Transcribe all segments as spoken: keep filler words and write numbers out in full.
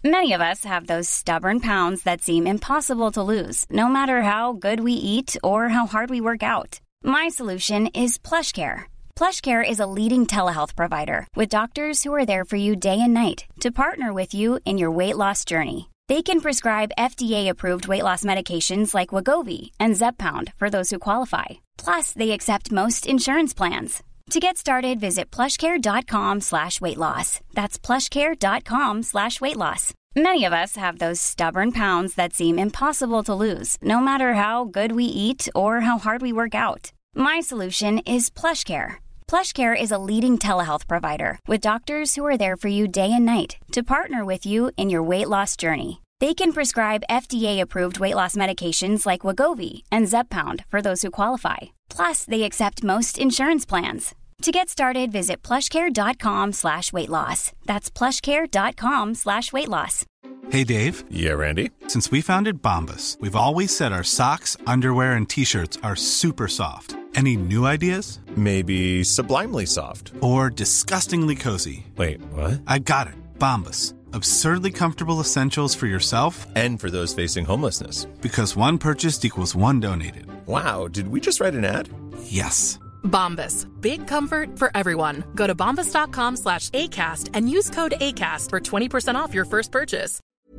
Many of us have those stubborn pounds that seem impossible to lose, no matter how good we eat or how hard we work out. My solution is PlushCare. PlushCare is a leading telehealth provider with doctors who are there for you day and night to partner with you in your weight loss journey. They can prescribe F D A-approved weight loss medications like Wegovy and Zepbound for those who qualify. Plus, they accept most insurance plans. To get started, visit plushcare.com slash weight loss. That's plushcare.com slash weight loss. Many of us have those stubborn pounds that seem impossible to lose, no matter how good we eat or how hard we work out. My solution is PlushCare. PlushCare is a leading telehealth provider with doctors who are there for you day and night to partner with you in your weight loss journey. They can prescribe F D A-approved weight loss medications like Wegovy and Zepbound for those who qualify. Plus, they accept most insurance plans. To get started, visit plushcare.com slash weight loss. That's plushcare.com slash weight loss. Hey, Dave. Yeah, Randy. Since we founded Bombas, we've always said our socks, underwear, and T-shirts are super soft. Any new ideas? Maybe sublimely soft. Or disgustingly cozy. Wait, what? I got it. Bombas. Absurdly comfortable essentials for yourself and for those facing homelessness. Because one purchased equals one donated. Wow, did we just write an ad? Yes. Bombas. Big comfort for everyone. Go to bombas.com slash ACAST and use code ACAST for twenty percent off your first purchase.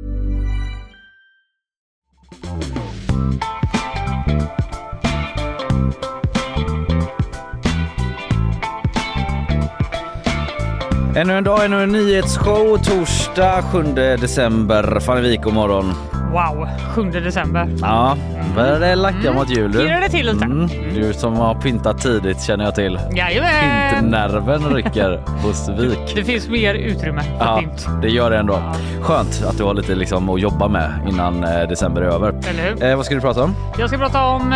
Ännu en dag, ännu en nyhetsshow. Torsdag sjunde december. Fanny Wijk, god morgon. Wow, sjunde december. Ja, vad är det lacka mm. mot jul du? Kirrar det till lite. Mm. Du som har pyntat tidigt känner jag till. Jajamän. Pintnerven rycker hos Wijk. Det finns mer utrymme för ja, pynt. Det gör det ändå. Skönt att du har lite liksom att jobba med innan eh, december är över. Eller hur? Eh, vad ska du prata om? Jag ska prata om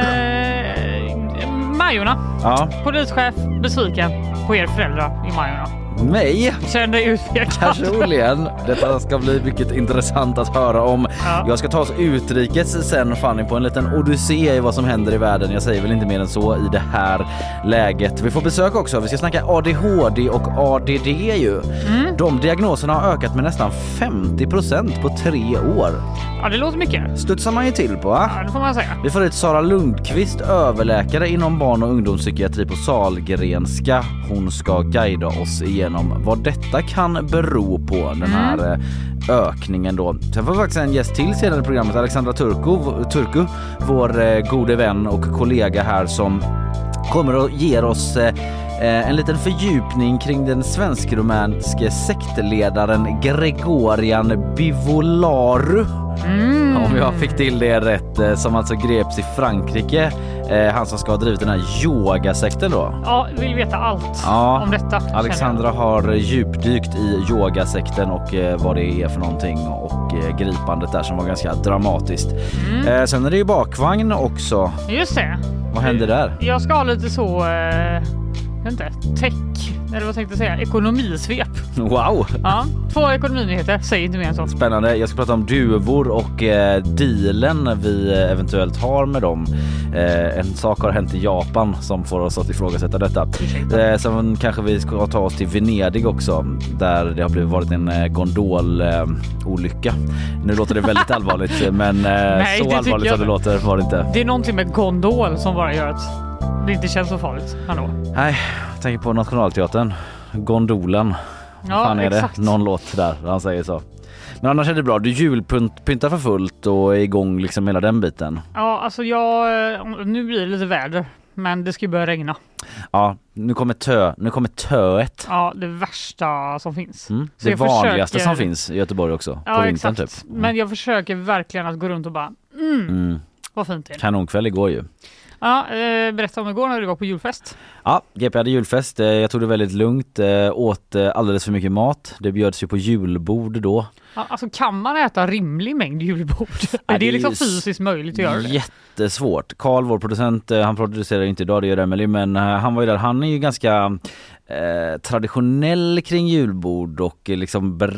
eh, Majorna. Ja. Polischef besviken på er föräldrar i Majorna. Mig? Känn dig utpekad. Personligen. Detta ska bli mycket intressant att höra om. Ja. Jag ska ta oss utrikes sen, Fanny, på en liten odyssé i vad som händer i världen. Jag säger väl inte mer än så i det här läget. Vi får besök också. Vi ska snacka A D H D och A D D ju. Mm. De diagnoserna har ökat med nästan femtio procent på tre år. Ja, det låter mycket. Studsar man ju till på, va? Ja, det får man säga. Vi får ut Sara Lundqvist, överläkare inom barn- och ungdomspsykiatri på Sahlgrenska. Hon ska guida oss igenom vad detta kan bero på, den här mm. ökningen då. Sen får vi faktiskt en gäst till senare i programmet, Alexandra Turku, Turku vår eh, gode vän och kollega här, som kommer att ge oss eh, en liten fördjupning kring den svensk-rumänske sektledaren Gregorian Bivolaru. Mm. Om jag fick till det rätt, som alltså greps i Frankrike. Eh, han som ska ha drivit den här yogasekten då. Ja, vill veta allt ja. om detta. Alexandra har djupdykt i yogasekten och eh, vad det är för någonting, och eh, gripandet där som var ganska dramatiskt. Mm. Eh, sen är det ju bakvagn också. Just det. Vad händer där? Jag ska ha lite så... Eh... Jag vet inte, tech, eller vad tänkte jag säga, ekonomisvep. Wow! Ja, två ekonominyheter, säg inte mer än så. Spännande, jag ska prata om duvor och eh, dealen vi eventuellt har med dem. Eh, en sak har hänt i Japan som får oss att ifrågasätta detta. Eh, sen kanske vi ska ta oss till Venedig också, där det har blivit varit en eh, gondololycka. Eh, nu låter det väldigt allvarligt, men eh, Nej, så allvarligt som det låter var det inte. Det är någonting med gondol som bara gör att det inte känns så farligt. Hallå. Nej, jag tänker på Nationalteatern. Gondolen. Ja, fan är exakt. Det? Någon låt där, han säger så. Men annars är det bra. Du julpyntar för fullt och är igång liksom hela den biten. Ja, alltså jag... Nu blir det lite väder. Men det ska ju börja regna. Ja, nu kommer tö. Nu kommer töet. Ja, det värsta som finns. Mm. Det vanligaste försöker... som finns i Göteborg också. Ja, på vintern exakt. Typ. Mm. Men jag försöker verkligen att gå runt och bara... Mm, mm. Vad fint det är. Kanonkväll igår ju. Ja, eh, berätta om igår när du var på julfest. Ja, G P hade julfest. Jag tog det väldigt lugnt. Eh, åt eh, alldeles för mycket mat. Det bjöds ju på julbord då. Ja, alltså kan man äta rimlig mängd julbord? Ja, är det, det liksom fysiskt möjligt att göra det? Jättesvårt. Carl, vår producent, han producerar inte idag, det gör Emily, men han var ju där. Han är ju ganska eh, traditionell kring julbord och liksom berättar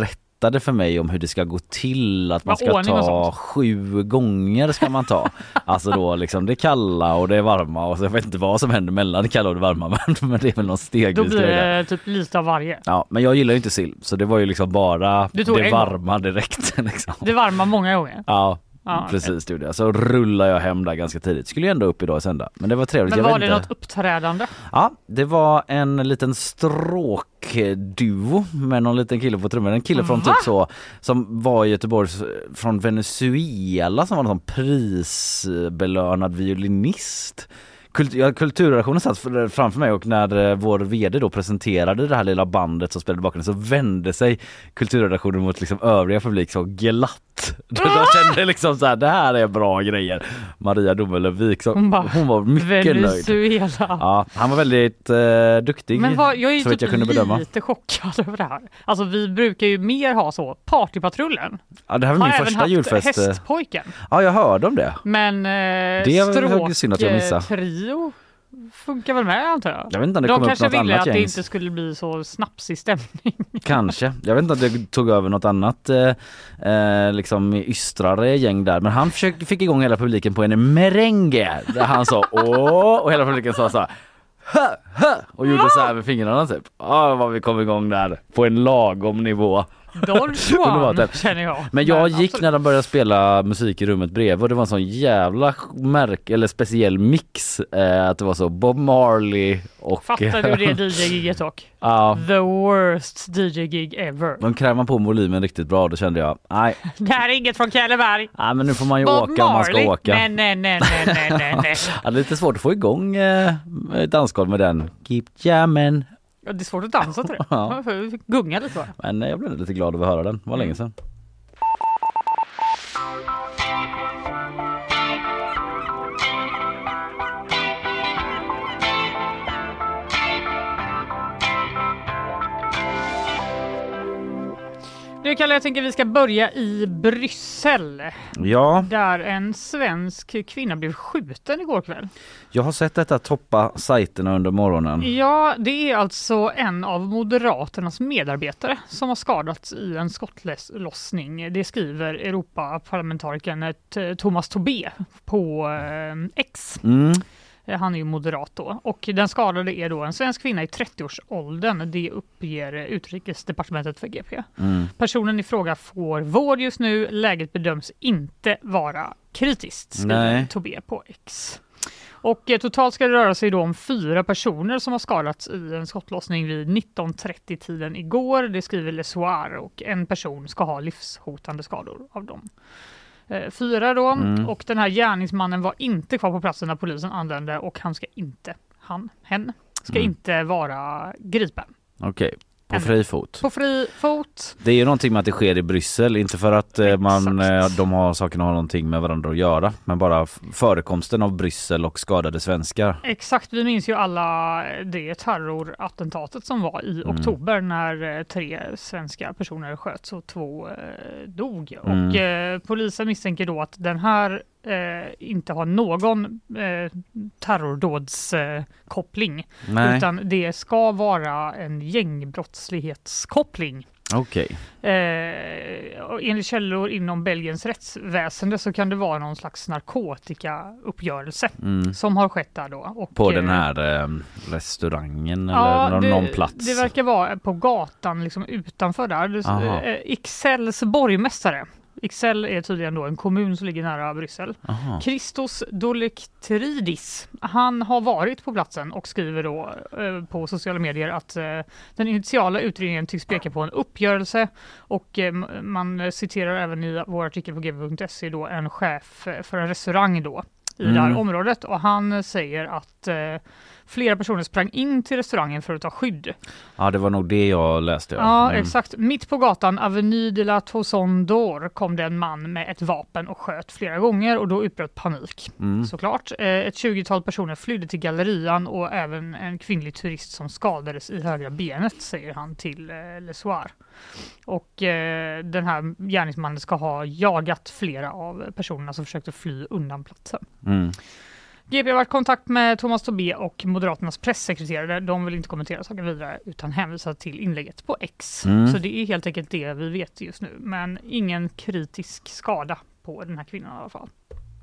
berättade för mig om hur det ska gå till, att man Vad ska ordning och ta sånt. sju gånger ska man ta. Alltså då liksom det kalla och det varma och så jag vet inte vad som händer mellan det kalla och det varma men, men det är väl någon stegvis Då blir grej. det typ lite av varje. Ja, men jag gillar ju inte sill så det var ju liksom bara Du tog det en varma direkt liksom. Det varma många gånger. Ja. Ja, precis det. Okay. Så rullar jag hem där ganska tidigt. Skulle ju ändå upp idag sända. Men det var trevligt. Men jag var vet det inte. något uppträdande? Ja, det var en liten stråkduo med någon liten kille på trummor. En kille från Va? typ så som var i Göteborg från Venezuela som var någon prisbelönad violinist. Kult, ja, kulturredaktionen satt framför mig och när vår vd då presenterade det här lilla bandet som spelade bakom så vände sig kulturredaktionen mot liksom övriga publik så glatt. Då jag kände liksom så här, det här är bra grejer. Maria Domelövik så hon, bara, hon var mycket Venezuela. nöjd. Ja, han var väldigt eh, duktig. Men vad, jag är ju så typ jag kunde bedöma. lite chockad över det här. Alltså vi brukar ju mer ha så Partypatrullen. Ja, det här var min har första julfest. Har även haft Hästpojken. Ja, jag hörde om det. Men eh, det var synd att jag missade. Stråktrio funkar väl med antar jag. Jag vet inte om det De kom upp kanske något ville annat att gängs. det inte skulle bli så snapsig stämning. Kanske. Jag vet inte om det tog över något annat eh, eh, liksom ystrare gäng där. Men han försökte, fick igång hela publiken på en merengue. Där han sa åh och hela publiken sa så här hö, hö, och gjorde så här med fingrarna typ. Ja, vad vi kom igång där på en lagom nivå. Don Juan känner jag. Men jag Men, gick absolut. när de började spela musik i rummet bredvid och det var en sån jävla märk eller speciell mix eh, att det var så Bob Marley och Fattar du det D J-giget dock? Ja. The worst D J-gig ever. De krämade på volymen riktigt bra, då kände jag nej. Det här är inget från Källeberg. Nej, men nu får man ju Bob åka om man ska Marley. åka. Nej, nej, nej, nej, nej, nej, nej. Ja, det är lite svårt att få igång eh, dansgolv med den. Keep jammin'. Ja, det är svårt att dansa till det. Ja. Man får gunga lite bara. Men eh, jag blev lite glad över att höra den. Det var länge sedan. Nu Kalle, jag tänker vi ska börja i Bryssel. Ja, Där en svensk kvinna blev skjuten igår kväll. jag har sett detta toppa sajterna under morgonen. Ja, det är alltså en av Moderaternas medarbetare som har skadats i en skottlossning. Det skriver Europaparlamentarikern Thomas Tobé på X. Mm. Han är ju moderat då. Och den skadade är då en svensk kvinna i trettioårsåldern. Det uppger Utrikesdepartementet för G P. Mm. Personen i fråga får vård just nu. Läget bedöms inte vara kritiskt, skriver Nej. Tobé på X. Och eh, totalt ska det röra sig då om fyra personer som har skadats i en skottlossning vid nitton trettio tiden igår. Det skriver Le Soir och en person ska ha livshotande skador av dem. Eh, fyra då Mm. och den här gärningsmannen var inte kvar på platsen när polisen anlände och han ska inte, han, hen, ska Mm. inte vara gripen. Okej, på Ännu. fri fot. På fri fot. Det är ju någonting med att det sker i Bryssel, inte för att eh, man, eh, Exakt. de har sakerna har någonting med varandra att göra, men bara f- förekomsten av Bryssel och skadade svenskar. Exakt, vi minns ju alla det terrorattentatet som var i Mm. oktober när eh, tre svenska personer sköts och två eh, dog. Mm. Och eh, polisen misstänker då att den här eh, inte har någon eh, terrordådskoppling Nej, utan det ska vara en gängbrottslighetskoppling. okej. Eh, och enligt källor inom Belgiens rättsväsende så kan det vara någon slags narkotikauppgörelse Mm. som har skett där då. Och, På eh, den här eh, restaurangen ja, eller någon, det, någon plats. det verkar vara på gatan liksom utanför där. Det- Aha. eh, Ixelles borgmästare. Ixelles är tydligen då en kommun som ligger nära Bryssel. Aha. Christos Dolektridis, han har varit på platsen och skriver då eh, på sociala medier att eh, den initiala utredningen tycks peka på en uppgörelse och eh, man citerar även i vår artikel på g v punkt se då en chef för en restaurang då i Mm. det här området och han säger att eh, flera personer sprang in till restaurangen för att ta skydd. Ja, det var nog det jag läste. Ja, Mm. exakt. Mitt på gatan Avenue de la Toison d'Or kom det en man med ett vapen och sköt flera gånger och då utbröt panik. Mm. Såklart. Eh, Ett tjugotal personer flydde till gallerian och även en kvinnlig turist som skadades i högra benet, säger han till eh, Le Soir. Och eh, den här gärningsmannen ska ha jagat flera av personerna som försökte fly undan platsen. Mm. G P har varit i kontakt med Thomas Tobé och Moderaternas pressekreterare. De vill inte kommentera saker vidare utan hänvisa till inlägget på X. Mm. Så det är helt enkelt det vi vet just nu. Men ingen kritisk skada på den här kvinnan i alla fall.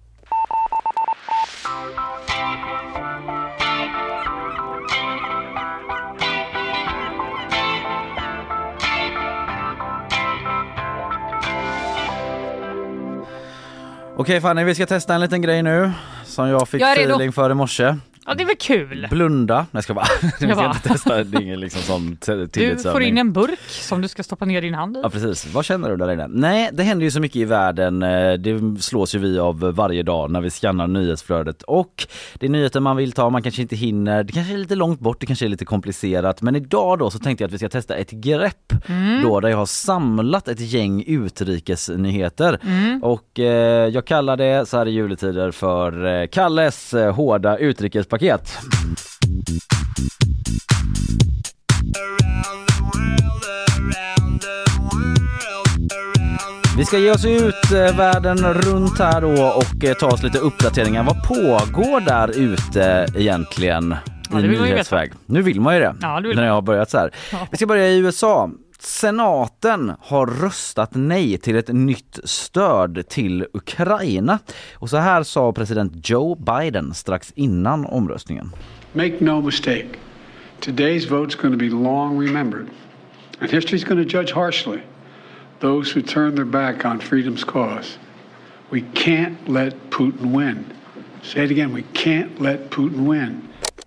Okej Fanny, vi ska testa en liten grej nu som jag fick jag feeling för i morse. Ja, det är väl kul. Blunda. Nej, jag ska bara. Jag ska inte testa. Det är ingen liksom sån tillitsövning. Du får in en burk som du ska stoppa ner din hand i. Ja, precis. Vad känner du där inne? Nej, det händer ju så mycket i världen. Det slås ju vi av varje dag när vi skannar nyhetsflödet. Och det är nyheter man vill ta, man kanske inte hinner. Det kanske är lite långt bort, det kanske är lite komplicerat. Men idag då så tänkte jag att vi ska testa ett grepp. Mm. Då där jag har samlat ett gäng utrikesnyheter. Mm. Och eh, jag kallar det så här i juletider för eh, Kalles eh, hårda utrikespaket. Vi ska ge oss ut eh, världen runt här då och eh, ta oss lite uppdateringar. Vad pågår där ute egentligen ja, i nyhetsväg? Nu vill man ju det, ja, när jag har börjat så här. Ja. Vi ska börja i U S A. Senaten har röstat nej till ett nytt stöd till Ukraina. Och så här sa president Joe Biden strax innan omröstningen. Make no mistake. Today's vote is going to be long remembered. And history is going to judge harshly those who turn their back on freedom's cause. We can't let Putin win. Say it again. We can't let Putin win.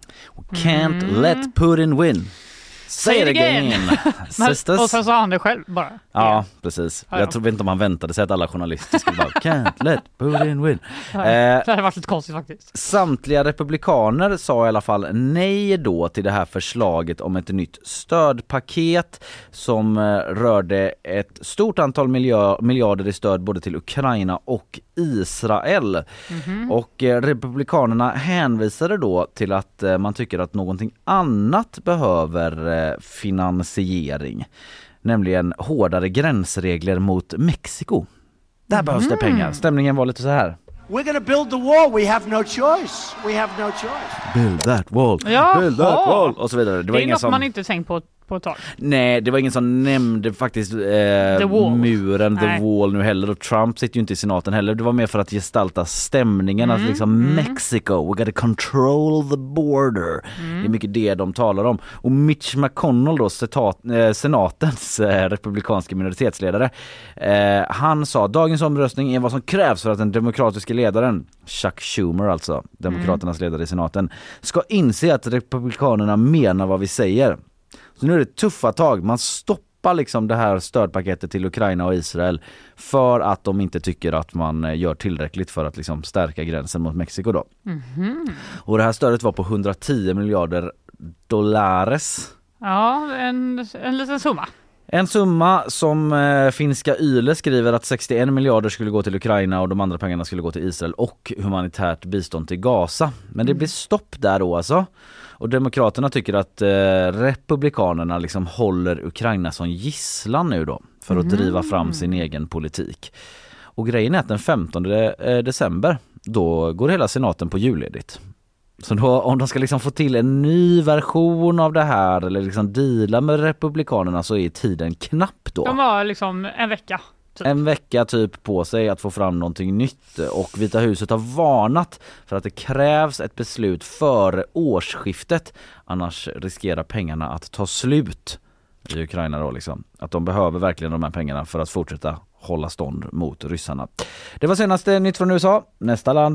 We can't mm. let Putin win. Say it again. Men, och så sa han det själv bara. Ja, precis. Jag tror inte om han väntade sig att alla journalister skulle bara can't let Putin win. Ja, det hade varit lite konstigt faktiskt. Samtliga republikaner sa i alla fall nej då till det här förslaget om ett nytt stödpaket som rörde ett stort antal miljarder i stöd både till Ukraina och Israel. Mm-hmm. Och republikanerna hänvisade då till att man tycker att någonting annat behöver finansiering, nämligen hårdare gränsregler mot Mexiko. Där mm. behövs det pengar. Stämningen var lite så här. We're going to build the wall. We have no choice. We have no choice. Build that wall. Ja, build that wall. Och så vidare. Det, det var är ingen något som... man inte tänkt på på ett tag. Nej, det var ingen som nämnde faktiskt eh, the muren, the Nej. wall nu heller. Och Trump sitter ju inte i senaten heller. Det var mer för att gestalta stämningen. Mm. Att liksom mm. Mexico, we gotta control the border. Mm. Det är mycket det de talar om. Och Mitch McConnell då, setat, eh, senatens eh, republikanska minoritetsledare, eh, han sa dagens omröstning är vad som krävs för att den demokratiska ledaren, Chuck Schumer alltså, demokraternas mm. ledare i senaten, ska inse att republikanerna menar vad vi säger. Så nu är det tuffa tag. Man stoppar liksom det här stödpaketet till Ukraina och Israel för att de inte tycker att man gör tillräckligt för att liksom stärka gränsen mot Mexiko då. Mm-hmm. Och det här stödet var på hundratio miljarder dollares. Ja, en, en liten summa. En summa som eh, finska Yle skriver att sextioen miljarder skulle gå till Ukraina och de andra pengarna skulle gå till Israel och humanitärt bistånd till Gaza. Men det blir stopp där då alltså. Och demokraterna tycker att eh, republikanerna liksom håller Ukraina som gisslan nu då för att mm. driva fram sin egen politik. Och grejen är att den femtonde december då går hela senaten på julledigt. Så då, om de ska liksom få till en ny version av det här eller liksom deala med republikanerna så är tiden knapp då. De har liksom en vecka. Typ. En vecka typ på sig att få fram någonting nytt och Vita huset har varnat för att det krävs ett beslut före årsskiftet, annars riskerar pengarna att ta slut i Ukraina då liksom. Att de behöver verkligen de här pengarna för att fortsätta hålla stånd mot ryssarna. Det var senaste nytt från U S A. Nästa land.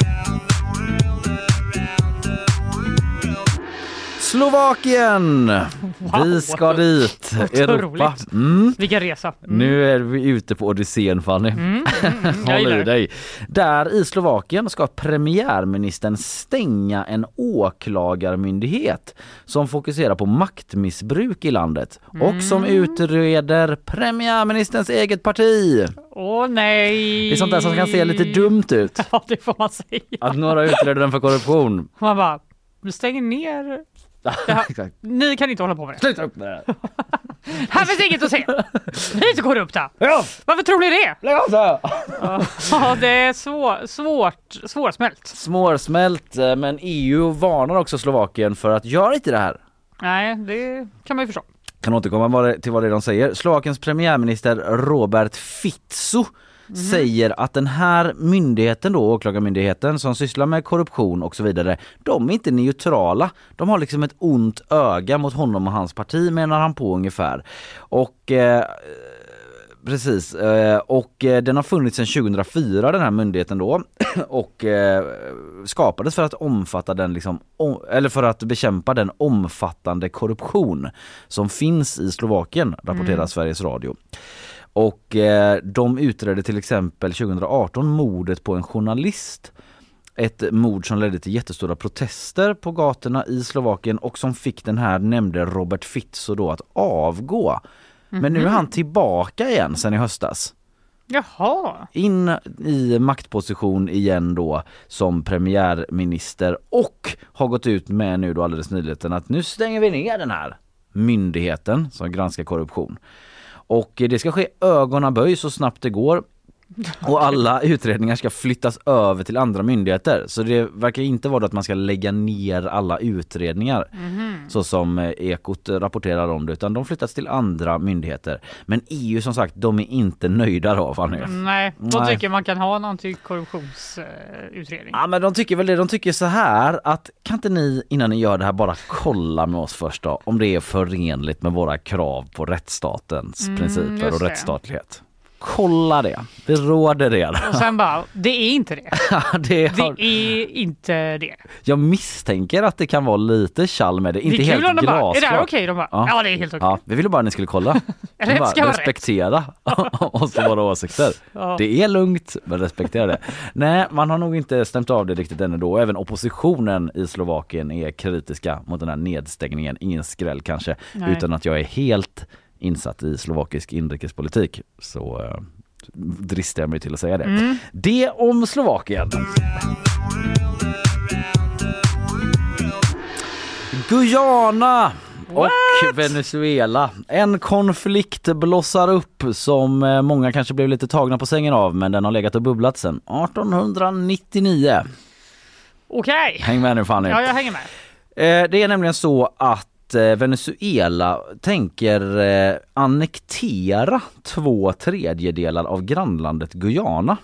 Slovakien! Wow. Vi ska dit. Europa. Mm. Vilka resa. Mm. Nu är vi ute på Odysseen, Fanny. Mm. Mm. Håll i dig. Där i Slovakien ska premiärministern stänga en åklagarmyndighet som fokuserar på maktmissbruk i landet mm. och som utreder premiärministerns eget parti. Åh nej! Det är sånt där som kan se lite dumt ut. Ja, det får man säga. Att några utreder den för korruption. Man bara, du stänger ner Här, ni kan inte hålla på med det. Sluta upp med det. Här finns inget att se. Ni är inte korrupta. Ja. Varför tror ni det? Lägg av så. Ja, det är svår, svårt, svårsmält. Svårsmält, men E U varnar också Slovakien för att göra inte det här. Nej, det kan man ju förstå. Kan återkomma till vad det är de säger. Slovakiens premiärminister Robert Fico mm. säger att den här myndigheten då, åklagarmyndigheten som sysslar med korruption och så vidare, de är inte neutrala. De har liksom ett ont öga mot honom och hans parti, menar han på ungefär. Och eh, precis, eh, och eh, den har funnits sedan tjugohundrafyra den här myndigheten då och eh, skapades för att omfatta den liksom, om, eller för att bekämpa den omfattande korruption som finns i Slovakien, rapporterar mm. Sveriges Radio. Och eh, de utredde till exempel tjugohundraarton mordet på en journalist. Ett mord som ledde till jättestora protester på gatorna i Slovakien och som fick den här nämnde Robert Fico då att avgå. Mm-hmm. Men nu är han tillbaka igen sen i höstas. Jaha. In i maktposition igen då som premiärminister och har gått ut med nu då alldeles nyligen att nu stänger vi ner den här myndigheten som granskar korruption. Och det ska ske ögonaböj så snabbt det går. Och alla utredningar ska flyttas över till andra myndigheter. Så det verkar inte vara att man ska lägga ner alla utredningar mm-hmm. så som Ekot rapporterar om det, utan de flyttas till andra myndigheter. Men E U som sagt, de är inte nöjda då. Fan nu. Nej, de Nej. tycker man kan ha en antikorruptionsutredning. Ja, men de tycker väl det. De tycker så här att kan inte ni innan ni gör det här bara kolla med oss först då om det är förenligt med våra krav på rättsstatens mm, principer och rättsstatlighet. Kolla det. Det råder det. Och sen bara, det är inte det. det, har... det är inte det. Jag misstänker att det kan vara lite chall med det. Inte helt glasklart. Bara, är det här okej? Okay? De bara, ja. ja, det är helt okej. Okay. Ja, vi ville bara att ni skulle kolla. Eller bara, ska respektera oss och våra åsikter. Ja. Det är lugnt, men respektera det. Nej, man har nog inte stämt av det riktigt ännu då. Även oppositionen i Slovakien är kritiska mot den här nedstängningen. Ingen skräll kanske. Nej. Utan att jag är helt insatt i slovakisk inrikespolitik så uh, dristar jag mig till att säga det. Mm. Det om Slovakien. Guyana och What? Venezuela. En konflikt blossar upp som många kanske blev lite tagna på sängen av, men den har legat och bubblat sedan arton nittionio. Okej. Okay. Häng med nu Fanny. Ja, jag hänger med. Eh, det är nämligen så att Venezuela tänker eh, annektera två tredjedelar av grannlandet Guyana.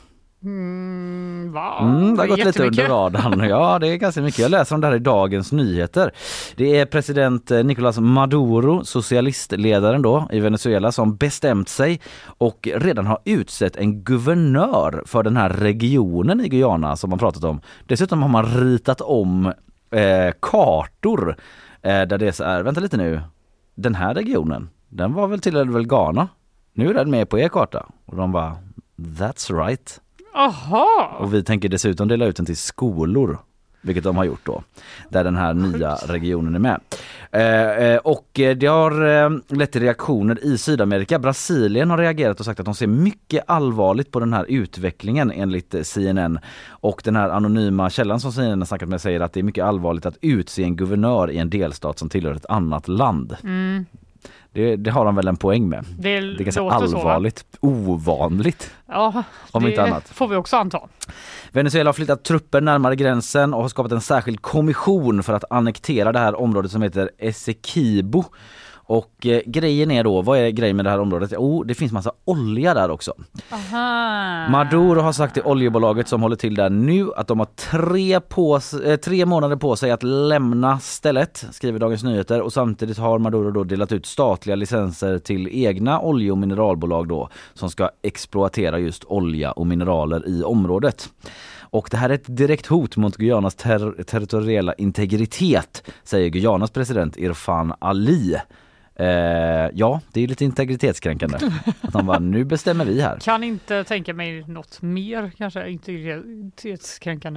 Mm, wow. mm, det har gått lite under radarn. Ja, det är ganska mycket. Jag läser om det här i Dagens Nyheter. Det är president Nicolás Maduro, socialistledaren då i Venezuela, som bestämt sig och redan har utsett en guvernör för den här regionen i Guyana som man pratat om. Dessutom har man ritat om eh, kartor där det är så här, vänta lite nu, den här regionen, den var väl till väl Ghana? Nu är den med på er karta. Och de bara, that's right. Aha. Och vi tänker dessutom dela ut den till skolor, vilket de har gjort då, där den här nya regionen är med. Eh, och det har eh, lett till reaktioner i Sydamerika. Brasilien har reagerat och sagt att de ser mycket allvarligt på den här utvecklingen enligt C N N. Och den här anonyma källan som C N N har snackat med säger att det är mycket allvarligt att utse en guvernör i en delstat som tillhör ett annat land. Mm. Det, det har de väl en poäng med. Det, det är ganska allvarligt. Så, ovanligt. Ja, om inte annat. Får vi också anta. Venezuela har flyttat trupper närmare gränsen och har skapat en särskild kommission för att annektera det här området som heter Essequibo. Och eh, grejen är då, vad är grejen med det här området? Oh, det finns massa olja där också. Aha. Maduro har sagt till oljebolaget som håller till där nu att de har tre, på, eh, tre månader på sig att lämna stället, skriver Dagens Nyheter. Och samtidigt har Maduro då delat ut statliga licenser till egna olje- och mineralbolag då, som ska exploatera just olja och mineraler i området. Och det här är ett direkt hot mot Guyanas ter- territoriella integritet, säger Guyanas president Irfan Ali. Eh, ja, det är lite integritetskränkande. Att han bara, nu bestämmer vi här. Kan inte tänka mig något mer kanske integritetskränkande ändå.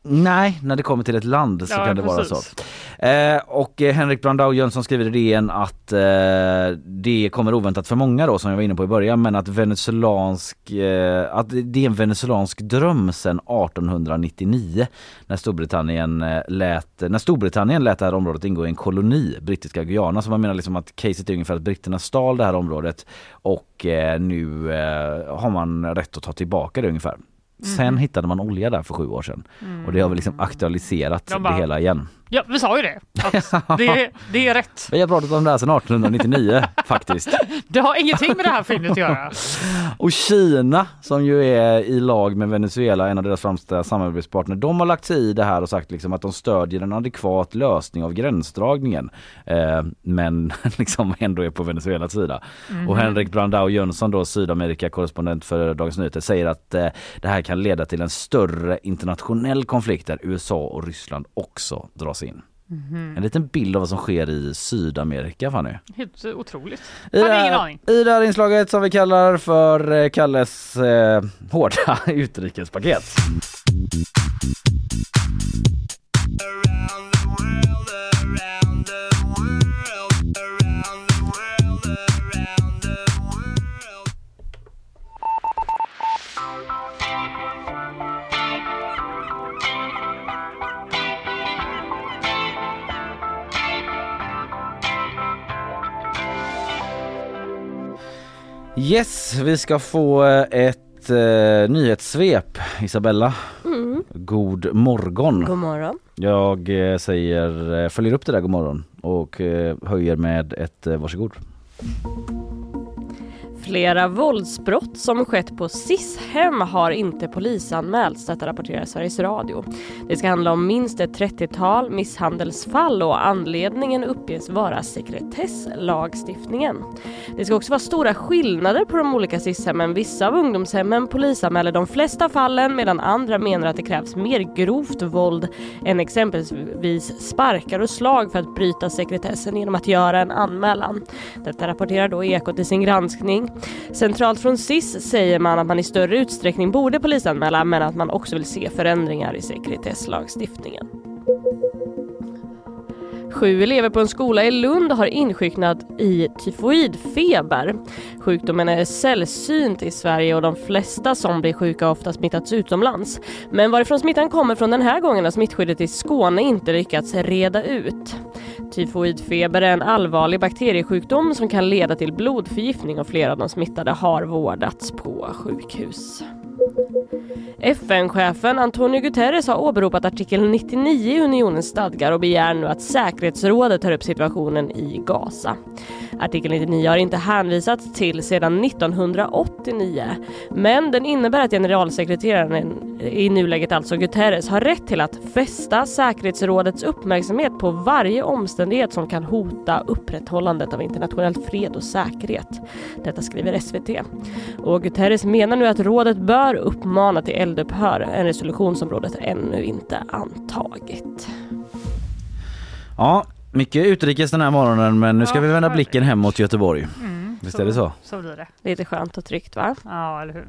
Nej, när det kommer till ett land så ja, kan det precis. vara så. Eh, och eh, Henrik Brandao Jönsson skriver i D N att eh, det kommer oväntat för många då, som jag var inne på i början, men att venezuelansk eh, att det är en venezuelansk dröm sedan arton nittionio när Storbritannien eh, lät när Storbritannien lät det här området ingå i en koloni, brittiska Guyana, så man menar liksom att caset är ungefär att britterna stal det här området och eh, nu eh, har man rätt att ta tillbaka det ungefär. Sen mm. hittade man olja där för sju år sedan. Mm. Och det har väl liksom aktualiserat bara, det hela igen. Ja, vi sa ju det. Att det, det är rätt. Vi har pratat om det här sedan arton nittionio faktiskt. Det har ingenting med det här fyndet att göra. Och Kina, som ju är i lag med Venezuela, en av deras främsta samarbetspartner, de har lagt sig i det här och sagt liksom att de stödjer en adekvat lösning av gränsdragningen. Eh, men liksom ändå är på Venezuelas sida. Mm. Och Henrik Brandao Jönsson, då Sydamerika-korrespondent för Dagens Nyheter, säger att eh, det här kan leda till en större internationell konflikt där U S A och Ryssland också dras in. Mm-hmm. En liten bild av vad som sker i Sydamerika, Fanny. Helt otroligt. I det, här, ingen aning. I det här inslaget som vi kallar för Kalles eh, hårda utrikespaket. Yes, vi ska få ett eh, nyhetssvep, Isabella. Mm. God morgon. God morgon. Jag eh, säger, eh, följer upp det där god morgon och eh, höjer med ett eh, varsågod. Flera våldsbrott som skett på S I S-hem har inte polisanmälts, detta rapporterar Sveriges Radio. Det ska handla om minst ett trettiotal misshandelsfall och anledningen uppges vara sekretesslagstiftningen. Det ska också vara stora skillnader på de olika S I S-hemmen. Vissa av ungdomshemmen polisanmäler de flesta fallen medan andra menar att det krävs mer grovt våld än exempelvis sparkar och slag för att bryta sekretessen genom att göra en anmälan. Detta rapporterar då Ekot i sin granskning. Centralt från S I S säger man att man i större utsträckning borde polisanmäla, men att man också vill se förändringar i sekretesslagstiftningen. Sju elever på en skola i Lund har insjuknat i tyfoidfeber. Sjukdomen är sällsynt i Sverige och de flesta som blir sjuka har ofta smittats utomlands. Men varifrån smittan kommer från den här gången har smittskyddet i Skåne inte lyckats reda ut. Tyfoidfeber är en allvarlig bakteriesjukdom som kan leda till blodförgiftning och flera av de smittade har vårdats på sjukhus. F N-chefen Antonio Guterres har åberopat artikel nittionio i unionens stadgar och begär nu att säkerhetsrådet tar upp situationen i Gaza. Artikel nittionio har inte hänvisats till sedan nittonhundraåttionio, men den innebär att generalsekreteraren, i nuläget alltså Guterres, har rätt till att fästa säkerhetsrådets uppmärksamhet på varje omständighet som kan hota upprätthållandet av internationell fred och säkerhet. Detta skriver S V T. Och Guterres menar nu att rådet bör uppmana till eldupphör, en resolution som rådet ännu inte antagit. Ja, mycket utrikes den här morgonen, men nu ska ja, vi vända blicken hem mot Göteborg. Mm, Visst så, är det så? Så blir det. Lite skönt och tryggt, va? Ja, eller hur?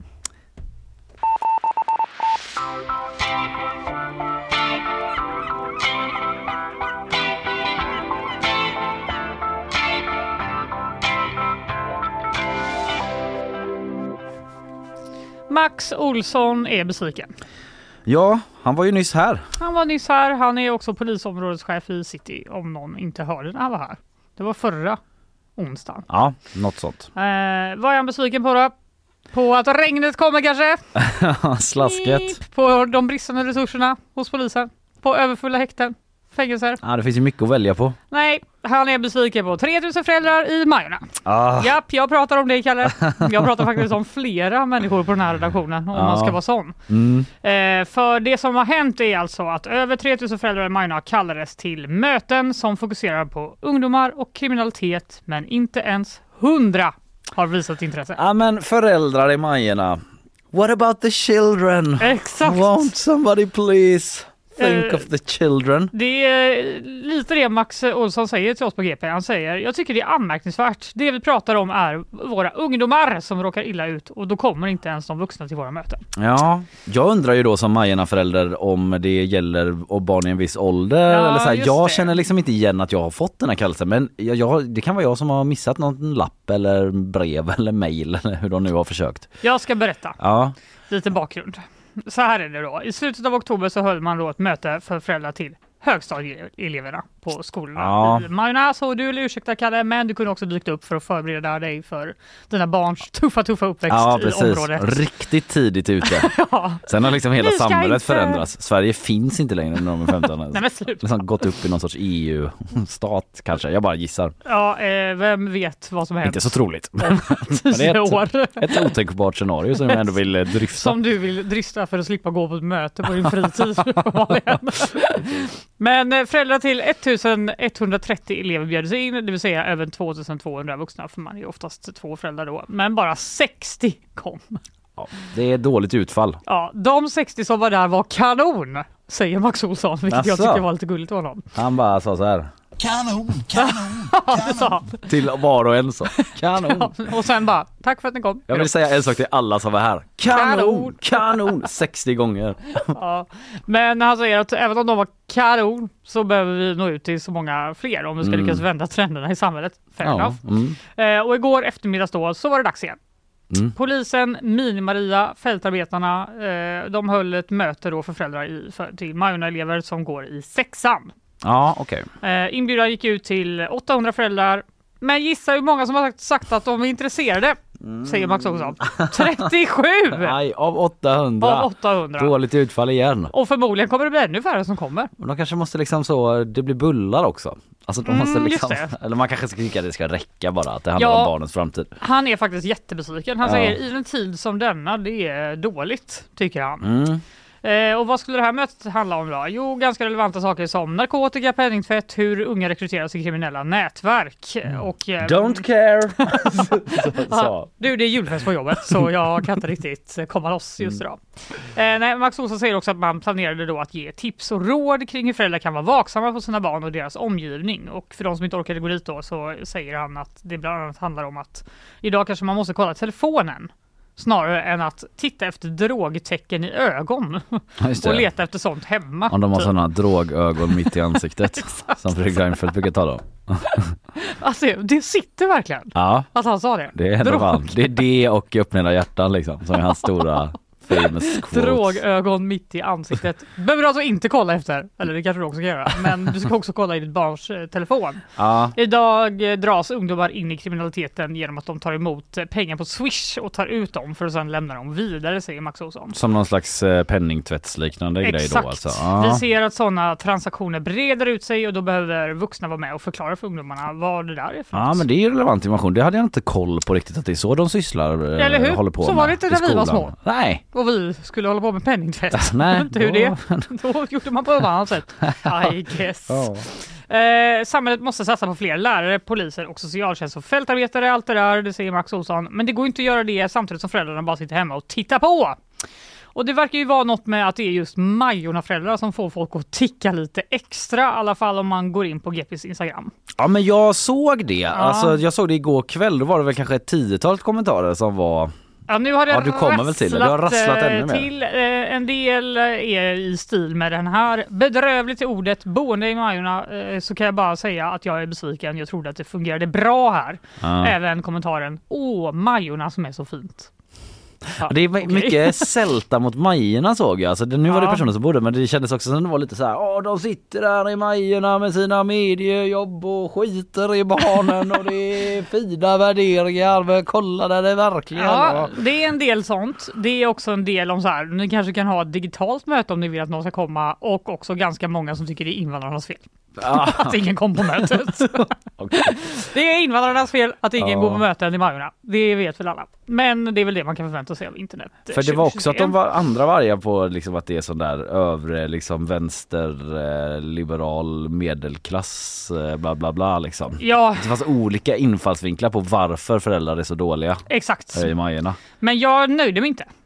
Max Olsson är besviken. Ja, han var ju nyss här. Han var nyss här. Han är också polisområdeschef i City, om någon inte hörde när han var här. Det var förra onsdagen. Ja, något sånt. Eh, vad är han besviken på då? På att regnet kommer kanske? Slasket. På de bristande resurserna hos polisen. På överfulla häkten. Fängelser. Ja, det finns ju mycket att välja på. Nej, han är besviken på tre tusen föräldrar i Majorna. Ah. Japp, jag pratar om det, Kalle. Jag pratar faktiskt om flera människor på den här redaktionen, om ah. man ska vara sån. Mm. Eh, för det som har hänt är alltså att över tre tusen föräldrar i Majorna kallades till möten som fokuserar på ungdomar och kriminalitet, men inte ens hundra har visat intresse. Ja, men föräldrar i Majorna. What about the children? Exakt. Won't somebody please? Think uh, of the children. Det är lite det Max Olsson säger till oss på G P. Han säger, jag tycker det är anmärkningsvärt. Det vi pratar om är våra ungdomar som råkar illa ut och då kommer inte ens de vuxna till våra möten. Ja, jag undrar ju då som Majerna-förälder om det gäller och barn i en viss ålder. Ja, eller så här, jag det. känner liksom inte igen att jag har fått den här kallelsen, men jag, jag, det kan vara jag som har missat någon lapp eller brev eller mejl eller hur de nu har försökt. Jag ska berätta. Ja. Lite bakgrund. Så här är det då. I slutet av oktober så höll man då ett möte för föräldrar till högstadieeleverna på skolorna. Ja. Majorna, så du eller ursäkta Kalle, men du kunde också dyka upp för att förbereda dig för dina barns tuffa, tuffa uppväxt ja, i området. Riktigt tidigt ute. Ja. Sen har liksom hela samhället inte... förändrats. Sverige finns inte längre när de är femton. Nej, men slut. Liksom gått upp i någon sorts E U-stat kanske. Jag bara gissar. Ja, eh, vem vet vad som händer. Inte så troligt. Men det är ett, ett otänkbart scenario som jag ändå vill dryfta. Som du vill dryfta för att slippa gå på ett möte på din fritid. Men föräldrar till ettusenetthundratrettio elever bjöds in, det vill säga över tvåtusentvåhundra vuxna, för man är oftast två föräldrar då. Men bara sextio kom. Ja, det är dåligt utfall. Ja, de sextio som var där var kanon, säger Max Olsson, vilket Asså. jag tycker var lite gulligt av honom. Han bara sa så här. Kanon, kanon, kanon. Ja, till var och en så. Kanon. Ja, och sen bara, tack för att ni kom. Jag vill säga en sak till alla som var här. Kanon, kanon, sextio gånger. Ja, men han säger att även om de var kanon så behöver vi nå ut till så många fler om vi ska mm. lyckas vända trenderna i samhället. Fair ja, enough. Mm. Eh, och igår eftermiddags då så var det dags igen. Mm. Polisen, Mini-Maria, fältarbetarna, eh, de höll ett möte då för föräldrar i, för, till Majorna-elever som går i sexan. Ja, okej. Okay. Eh, inbjudan gick ut till åttahundra föräldrar. Men gissa hur många som har sagt att de är intresserade, mm. säger Max också. trettiosju! Nej, av åttahundra. Av åttahundra. Dåligt utfall igen. Och förmodligen kommer det bli ännu färre som kommer. Men de kanske måste liksom så, det blir bullar också. Alltså de måste liksom, mm, eller man kanske ska tycka att det ska räcka bara, att det handlar ja, om barnens framtid. Han är faktiskt jättebesviken. Han ja. säger i en tid som denna, det är dåligt, tycker han. Mm. Eh, och vad skulle det här mötet handla om då? Jo, ganska relevanta saker som narkotika, penningtvätt, hur unga rekryteras i kriminella nätverk. Mm. Och, eh, Don't care! så, så. Du, det är julfest på jobbet så jag kan inte riktigt komma loss just idag. Mm. Eh, nej, Max Olsson säger också att man planerade då att ge tips och råd kring hur föräldrar kan vara vaksamma på sina barn och deras omgivning. Och för de som inte orkade gå dit då så säger han att det bland annat handlar om att idag kanske man måste kolla telefonen snarare än att titta efter drogtecken i ögon och leta efter sånt hemma. Om de har sådana drogögon mitt i ansiktet som Fredrik Reinfeldt brukar tala om. Alltså, det sitter verkligen ja, att han sa det. Det är, Drog. det är det och öppna hjärtan liksom, som är hans stora famous quotes. Drogögon mitt i ansiktet. Behöver du alltså inte kolla efter, eller det kanske du också ska göra, men du ska också kolla i ditt barns eh, telefon. Ja. Idag eh, dras ungdomar in i kriminaliteten genom att de tar emot eh, pengar på Swish och tar ut dem för att sedan lämna dem vidare, säger Max Olsson. Som någon slags eh, penningtvättsliknande Exakt. grej då alltså. Ja. Vi ser att sådana transaktioner breder ut sig och då behöver vuxna vara med och förklara för ungdomarna vad det där är för Ja, något. men det är relevant information. Det hade jag inte koll på riktigt, att det är så de sysslar eh, Eller hur? håller på så med. Var det inte när vi var små? Nej. Och vi skulle hålla på med penningtvätt. Nej. Inte hur det. Då gjorde man på ett annat sätt. I guess. Oh. Eh, samhället måste satsa på fler lärare, poliser och socialtjänst och fältarbetare. Allt det där, det säger Max Olsson. Men det går inte att göra det samtidigt som föräldrarna bara sitter hemma och tittar på. Och det verkar ju vara något med att det är just Majorna-föräldrar som får folk att ticka lite extra. I alla fall om man går in på G P:s Instagram. Ja, men jag såg det. Ja. Alltså, jag såg det igår kväll. Då var det väl kanske ett tiotal kommentarer som var... Ja, nu har det ja, du kommer väl till det. Du har rasslat ännu mer. Till, eh, en del är i stil med den här. Bedrövligt i ordet. Boende i Majorna, eh, så kan jag bara säga att jag är besviken. Jag trodde att det fungerade bra här. Ja. Även kommentaren. Åh, Majorna som är så fint. Ja, det är okay. Mycket sälta mot Majorna såg jag. Alltså, det, nu ja. var det personer som bodde, men det kändes också som det var lite så här. Åh, de sitter där i Majorna med sina mediejobb och skiter i barnen och det är fina värderingar. Men kolla där det verkligen. Ja, det är en del sånt. Det är också en del om så här. Ni kanske kan ha ett digitalt möte om ni vill att någon ska komma, och också ganska många som tycker det är invandrarnas fel. Ah. Att ingen kom på mötet. Okay. Det är invandrarnas fel att ingen ah. går på möten i Majorna. Det vet väl alla. Men det är väl det man kan förvänta sig av internet. För det var också att de var andra vargar på liksom att det är sån där övre liksom vänster eh, liberal medelklass eh, bla bla bla liksom. Ja. Det fanns olika infallsvinklar på varför föräldrar är så dåliga. Exakt. I Majorna. Men jag nöjde mig inte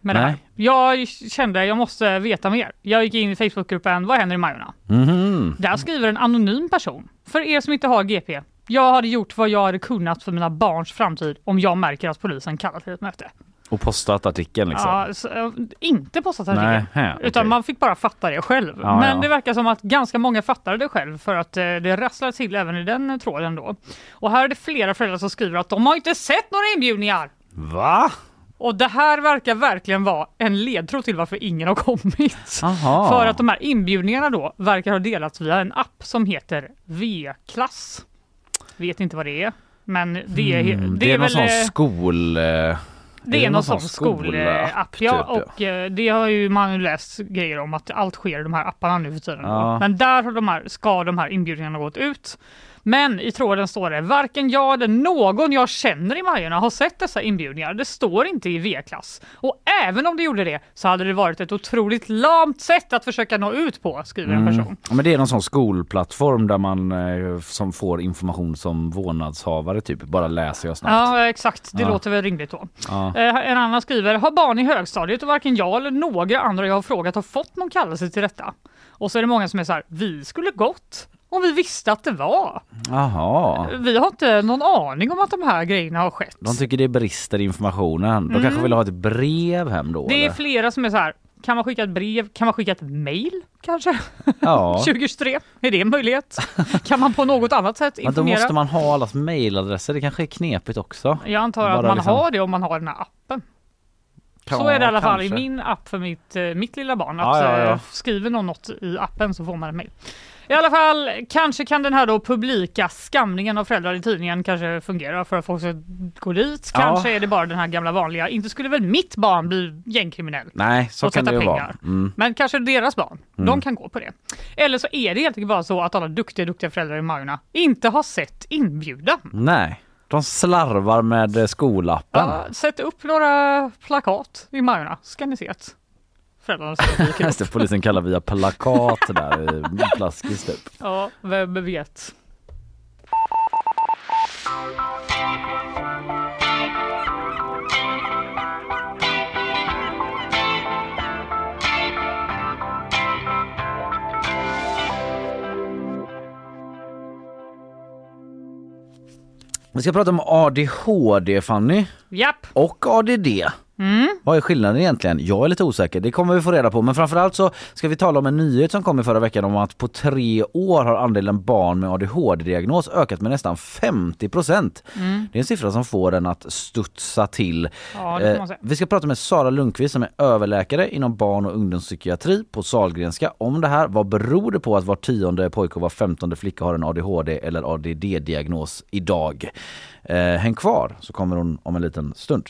med det här. Jag kände jag måste veta mer. Jag gick in i Facebookgruppen Vad händer i Majorna? Mm. Där skriver en anonym person. För er som inte har G P. Jag hade gjort vad jag hade kunnat för mina barns framtid om jag märker att polisen kallar till ett möte. Och postat artikeln liksom? Ja, så, inte postat artikeln. Nej, här, okay. Utan man fick bara fatta det själv. Ja, Men ja. det verkar som att ganska många fattade det själv för att eh, det rasslar till även i den tråden då. Och här är det flera föräldrar som skriver att de har inte sett några inbjudningar. Va? Och det här verkar verkligen vara en ledtråd till varför ingen har kommit. Aha. För att de här inbjudningarna då verkar ha delats via en app som heter V-klass. Vet inte vad det är. Men det är, mm, det det är, är någon väl... sån skol... Det är, det är någon sån skolapp, ja, typ, och ja. Det har ju man läst grejer om att allt sker i de här apparna nu för tiden. Ja. Men där har de här, ska de här inbjudningarna gått ut. Men i tråden står det, varken jag eller någon jag känner i Majorna har sett dessa inbjudningar. Det står inte i V-klass. Och även om det gjorde det så hade det varit ett otroligt lamt sätt att försöka nå ut på, skriver en person. Mm. Men det är någon sån skolplattform där man eh, som får information som vårdnadshavare typ, bara läser jag snabbt. Ja, exakt. Det ja. låter väl rimligt då. Ja. Eh, en annan skriver, har barn i högstadiet och varken jag eller några andra jag har frågat har fått någon kallelse till detta. Och så är det många som är så här, vi skulle gått. Om vi visste att det var. Aha. Vi har inte någon aning om att de här grejerna har skett. De tycker det brister i informationen. De Mm. kanske vill ha ett brev hem då. Det är eller? flera som är så här, kan man skicka ett brev? Kan man skicka ett mejl kanske? Ja. tjugohundratjugotre, är det en möjlighet? Kan man på något annat sätt informera? Men då måste man ha allas mejladresser. Det kanske är knepigt också. Jag antar att Bara man liksom... har det om man har den här appen. Ja, så är det i alla fall kanske. i min app för mitt, mitt lilla barn. Att Ja, ja, ja. skriver någon något i appen så får man en mejl. I alla fall, kanske kan den här då publika skamningen av föräldrar i tidningen kanske fungera för att folk ska gå dit. Kanske ja. är det bara den här gamla vanliga, inte skulle väl mitt barn bli gängkriminell. Nej, så och kan det ju pengar. vara. Mm. Men kanske deras barn, Mm. de kan gå på det. Eller så är det helt enkelt bara så att alla duktiga, duktiga föräldrar i Majorna inte har sett inbjudan. Nej, de slarvar med skolappen. Ja, sätt upp några plakat i Majorna, ska ni se att föräldrarna ska Just det, polisen kallar via plakat där, plaskis typ. Ja, vem vet. Vi ska prata om A D H D, Fanny. Japp. Och A D D. Mm. Vad är skillnaden egentligen? Jag är lite osäker. Det kommer vi få reda på. Men framförallt så ska vi tala om en nyhet som kom i förra veckan om att på tre år har andelen barn med A D H D-diagnos ökat med nästan femtio procent. Mm. Det är en siffra som får den att studsa till. Ja, det får man säga. Vi ska prata med Sara Lundqvist som är överläkare inom barn- och ungdomspsykiatri på Sahlgrenska om det här. Vad beror det på att var tionde pojke och var femtonde flicka har en A D H D eller A D D-diagnos idag? Eh, häng kvar så kommer hon om en liten stund.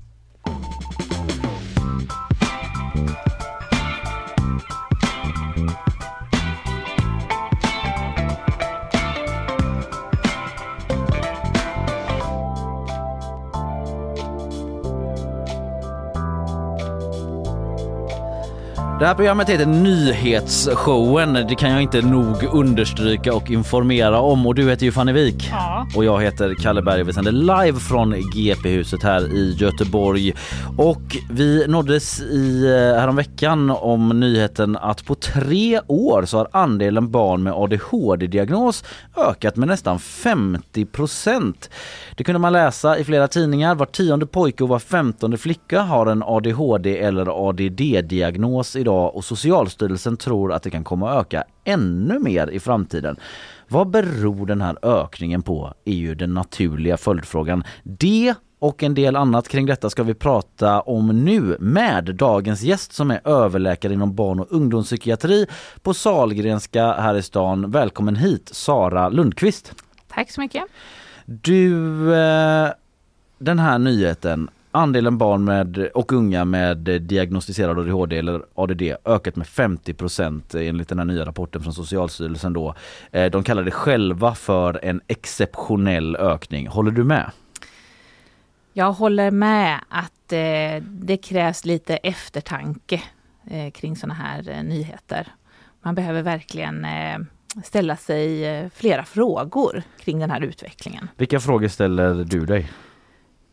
Det här programmet heter Nyhetsshowen. Det kan jag inte nog understryka och informera om. Och du heter ju Fanny Wik. Ja. Och jag heter Kalle Berg. Vi sänder live från G P-huset här i Göteborg. Och vi nåddes i häromveckan om nyheten att på tre år så har andelen barn med A D H D-diagnos ökat med nästan femtio procent. Det kunde man läsa i flera tidningar. Var tionde pojke och var femtonde flicka har en A D H D eller A D D-diagnos idag. Och Socialstyrelsen tror att det kan komma att öka ännu mer i framtiden. Vad beror den här ökningen på är ju den naturliga följdfrågan. Det och en del annat kring detta ska vi prata om nu med dagens gäst som är överläkare inom barn- och ungdomspsykiatri på Sahlgrenska här i stan. Välkommen hit, Sara Lundqvist. Tack så mycket. Du, den här nyheten, andelen barn med och unga med diagnostiserad A D H D eller A D D ökat med femtio procent enligt den här nya rapporten från Socialstyrelsen då. De kallar det själva för en exceptionell ökning. Håller du med? Jag håller med att eh, det krävs lite eftertanke eh, kring såna här eh, nyheter. Man behöver verkligen eh, ställa sig eh, flera frågor kring den här utvecklingen. Vilka frågor ställer du dig?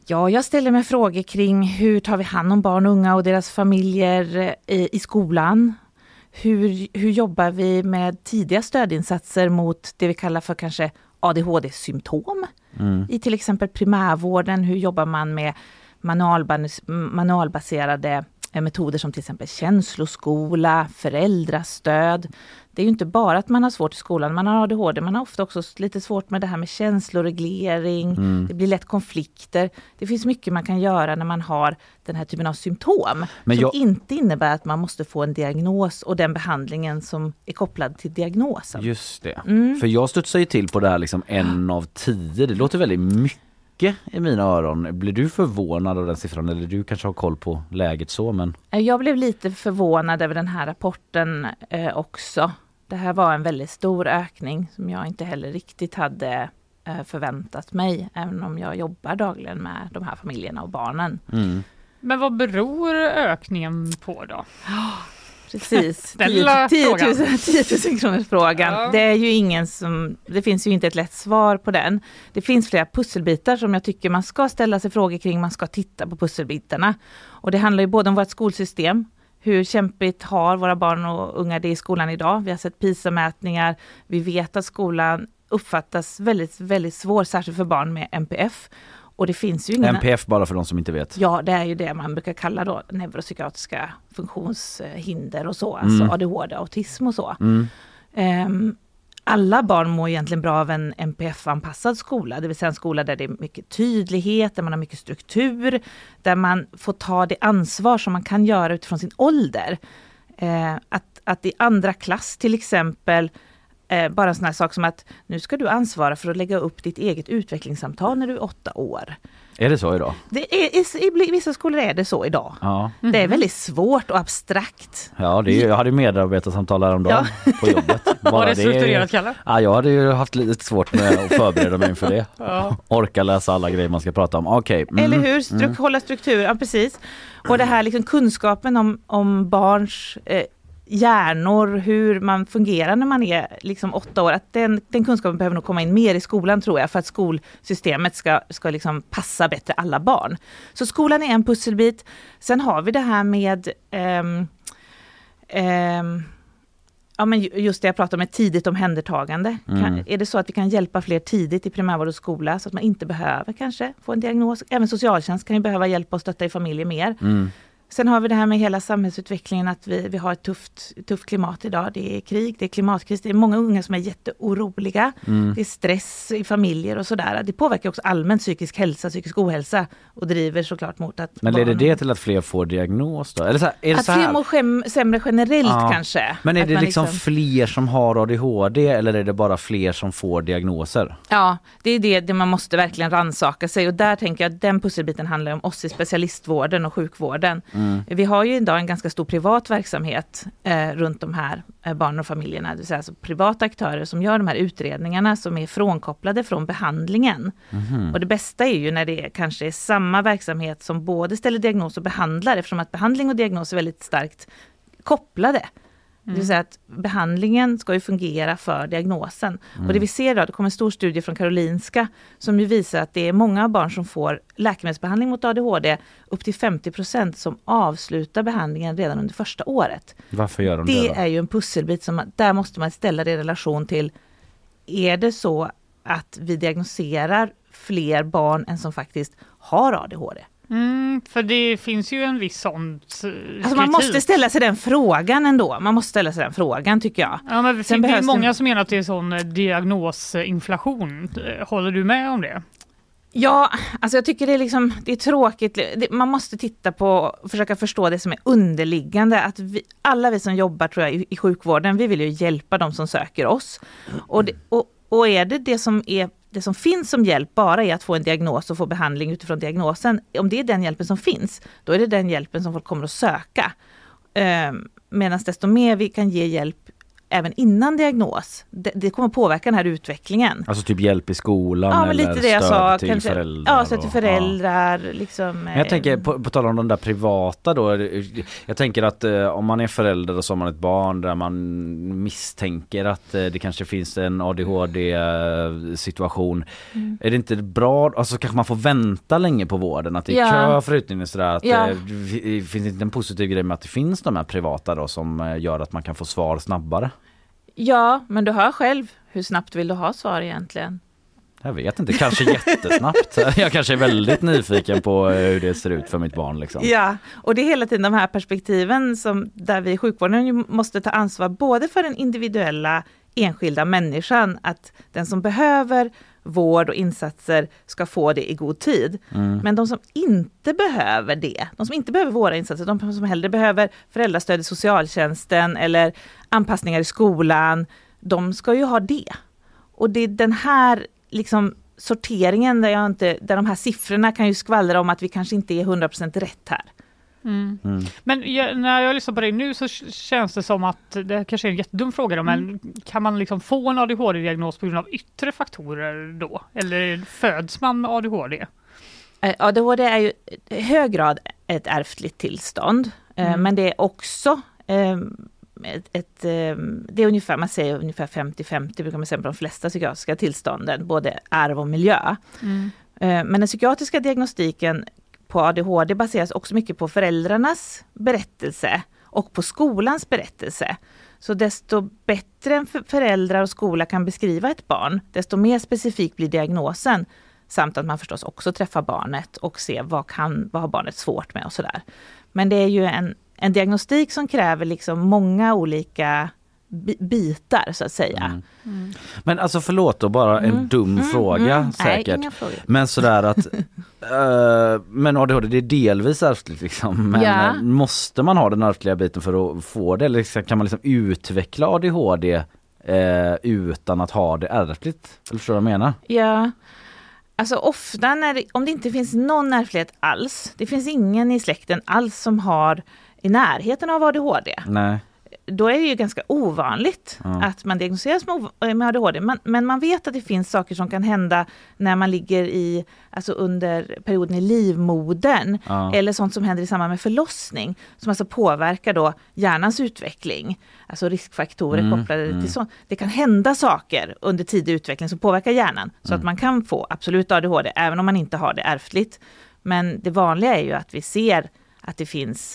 Ja, jag ställer mig frågor kring hur tar vi hand om barn och unga och deras familjer i, i skolan. Hur, hur jobbar vi med tidiga stödinsatser mot det vi kallar för kanske A D H D-symptom mm. i till exempel primärvården? Hur jobbar man med manualbas- manualbaserade metoder som till exempel känsloskola, föräldrastöd? Det är ju inte bara att man har svårt i skolan, man har A D H D, man har ofta också lite svårt med det här med känsloreglering, mm. det blir lätt konflikter. Det finns mycket man kan göra när man har den här typen av symptom Men som jag... inte innebär att man måste få en diagnos och den behandlingen som är kopplad till diagnosen. Just det, mm. för jag studsar ju till på det här liksom en av tio, det låter väldigt mycket i mina öron. Blir du förvånad av den siffran eller du kanske har koll på läget så? Men... Jag blev lite förvånad över den här rapporten eh, också. Det här var en väldigt stor ökning som jag inte heller riktigt hade eh, förväntat mig, även om jag jobbar dagligen med de här familjerna och barnen. Mm. Men vad beror ökningen på då? Precis, tio tusen kronors frågan. Ja. Det är ju ingen som, det finns ju inte ett lätt svar på den. Det finns flera pusselbitar som jag tycker man ska ställa sig frågor kring, man ska titta på pusselbitarna. Och det handlar ju både om vårt skolsystem, hur kämpigt har våra barn och unga det i skolan idag. Vi har sett PISA-mätningar, vi vet att skolan uppfattas väldigt, väldigt svår, särskilt för barn med N P F. Och det finns ju ingen... N P F bara för de som inte vet. Ja, det är ju det man brukar kalla då neuropsykiatriska funktionshinder och så. Alltså mm. A D H D, autism och så. Mm. Um, alla barn mår egentligen bra av en N P F-anpassad skola. Det vill säga en skola där det är mycket tydlighet, där man har mycket struktur. Där man får ta det ansvar som man kan göra utifrån sin ålder. Uh, att, att i andra klass till exempel... Eh, bara en sån här sak som att nu ska du ansvara för att lägga upp ditt eget utvecklingssamtal när du är åtta år. Är det så idag? Det är, i, I vissa skolor är det så idag. Ja. Mm. Det är väldigt svårt och abstrakt. Ja, det är, jag hade medarbetarsamtal häromdagen ja. på jobbet. Bara var det strukturerat, Kalle? Ja, jag hade ju haft lite svårt med att förbereda mig inför det. Ja. Orka läsa alla grejer man ska prata om. Okay. Mm. Eller hur? Stru- mm. Hålla struktur, ja precis. Och det här liksom kunskapen om, om barns... Eh, hjärnor, hur man fungerar när man är liksom åtta år, att den, den kunskapen behöver nog komma in mer i skolan tror jag, för att skolsystemet ska, ska liksom passa bättre alla barn. Så skolan är en pusselbit. Sen har vi det här med um, um, ja, men just det jag pratade om, ett tidigt omhändertagande. Mm. Kan, är det så att vi kan hjälpa fler tidigt i primärvård och skola så att man inte behöver kanske få en diagnos? Även socialtjänst kan ju behöva hjälpa och stötta i familjer mer. Mm. Sen har vi det här med hela samhällsutvecklingen, att vi, vi har ett tufft, tufft klimat idag. Det är krig, det är klimatkris, det är många unga som är jätteoroliga. Mm. Det är stress i familjer och sådär. Det påverkar också allmän psykisk hälsa, psykisk ohälsa och driver såklart mot att... Men leder det till att fler får diagnos då? Eller så här, är det att så här? fler mår skäm, sämre generellt ja. kanske. Men är att det liksom, liksom fler som har A D H D eller är det bara fler som får diagnoser? Ja, det är det, det man måste verkligen rannsaka sig. Och där tänker jag att den pusselbiten handlar om oss i specialistvården och sjukvården. Mm. Vi har ju idag en ganska stor privat verksamhet eh, runt de här eh, barn och familjerna. Det vill säga alltså privata aktörer som gör de här utredningarna som är frånkopplade från behandlingen. Mm. Och det bästa är ju när det är, kanske är samma verksamhet som både ställer diagnos och behandlar, eftersom att behandling och diagnos är väldigt starkt kopplade. Mm. Det vill säga att behandlingen ska ju fungera för diagnosen. Mm. Och det vi ser då, det kommer en stor studie från Karolinska som ju visar att det är många barn som får läkemedelsbehandling mot A D H D, upp till femtio procent som avslutar behandlingen redan under första året. Varför gör de det? Det då? är ju en pusselbit som där måste man ställa det i relation till, är det så att vi diagnoserar fler barn än som faktiskt har A D H D? Mm, för det finns ju en viss sån kritik. Alltså man måste ställa sig den frågan ändå. Man måste ställa sig den frågan tycker jag. Ja, men det är många det... som menar att det är sån diagnosinflation. Håller du med om det? Ja, alltså jag tycker det är liksom, det är tråkigt. Det, man måste titta på och försöka förstå det som är underliggande. Att vi, alla vi som jobbar tror jag i, i sjukvården, vi vill ju hjälpa de som söker oss. Och, det, och, och är det det som är det som finns som hjälp bara är att få en diagnos och få behandling utifrån diagnosen. Om det är den hjälpen som finns, då är det den hjälpen som folk kommer att söka. Eh, Medan desto mer vi kan ge hjälp även innan diagnos. Det, det kommer påverka den här utvecklingen. Alltså typ hjälp i skolan ja, men eller lite det jag stöd sa, till kanske, föräldrar. Ja, stöd till föräldrar. Ja. Liksom, men jag tänker, på, på tal om de där privata då, jag tänker att eh, om man är förälder och så har man ett barn där man misstänker att eh, det kanske finns en A D H D-situation. Mm. Är det inte bra, alltså kanske man får vänta länge på vården, att det är ja. kö för utbildning sådär, att ja. eh, det finns inte en positiv grej med att det finns de här privata då som eh, gör att man kan få svar snabbare? Ja, men du hör själv, hur snabbt vill du ha svar egentligen? Jag vet inte, kanske jättesnabbt. Jag kanske är väldigt nyfiken på hur det ser ut för mitt barn. Liksom. Ja, och det är hela tiden de här perspektiven som, där vi i sjukvården måste ta ansvar både för den individuella enskilda människan, att den som behöver vård och insatser ska få det i god tid. Mm. Men de som inte behöver det, de som inte behöver våra insatser, de som hellre behöver föräldrastöd i socialtjänsten eller anpassningar i skolan, de ska ju ha det. Och det är den här liksom sorteringen där, jag inte, där de här siffrorna kan ju skvallra om att vi kanske inte är hundra procent rätt här. Mm. Mm. Men jag, när jag lyssnar på dig nu så känns det som att det kanske är en jättedum fråga då, men mm. kan man liksom få en A D H D-diagnos på grund av yttre faktorer då? Eller föds man med A D H D? A D H D är ju i hög grad ett ärftligt tillstånd, mm. men det är också ett, ett, det är ungefär, man säger ungefär femtio femtio brukar man säga på de flesta psykiatriska tillstånden, både arv och miljö. Mm. Men den psykiatriska diagnostiken på A D H D baseras också mycket på föräldrarnas berättelse och på skolans berättelse. Så desto bättre en föräldrar och skola kan beskriva ett barn, desto mer specifik blir diagnosen. Samt att man förstås också träffar barnet och ser vad, kan, vad har barnet svårt med och sådär. Men det är ju en, en diagnostik som kräver liksom många olika bitar så att säga. Mm. Mm. Men alltså förlåt då, bara en mm. dum mm. fråga mm. säkert. Nej, men sådär att uh, men A D H D det är delvis ärftligt liksom. Men ja. måste man ha den ärftliga biten för att få det? Eller kan man liksom utveckla A D H D uh, utan att ha det ärftligt? Eller förstår du vad jag menar? Ja. Alltså ofta när det, om det inte finns någon ärftlighet alls, det finns ingen i släkten alls som har i närheten av A D H D. Nej. Då är det ju ganska ovanligt mm. att man diagnoseras med A D H D. Man, men man vet att det finns saker som kan hända när man ligger i, alltså under perioden i livmodern. Mm. Eller sånt som händer i samband med förlossning. Som alltså påverkar då hjärnans utveckling. Alltså riskfaktorer mm. kopplade mm. till sånt. Det kan hända saker under tidig utveckling som påverkar hjärnan. Så mm. att man kan få absolut A D H D även om man inte har det ärftligt. Men det vanliga är ju att vi ser att det finns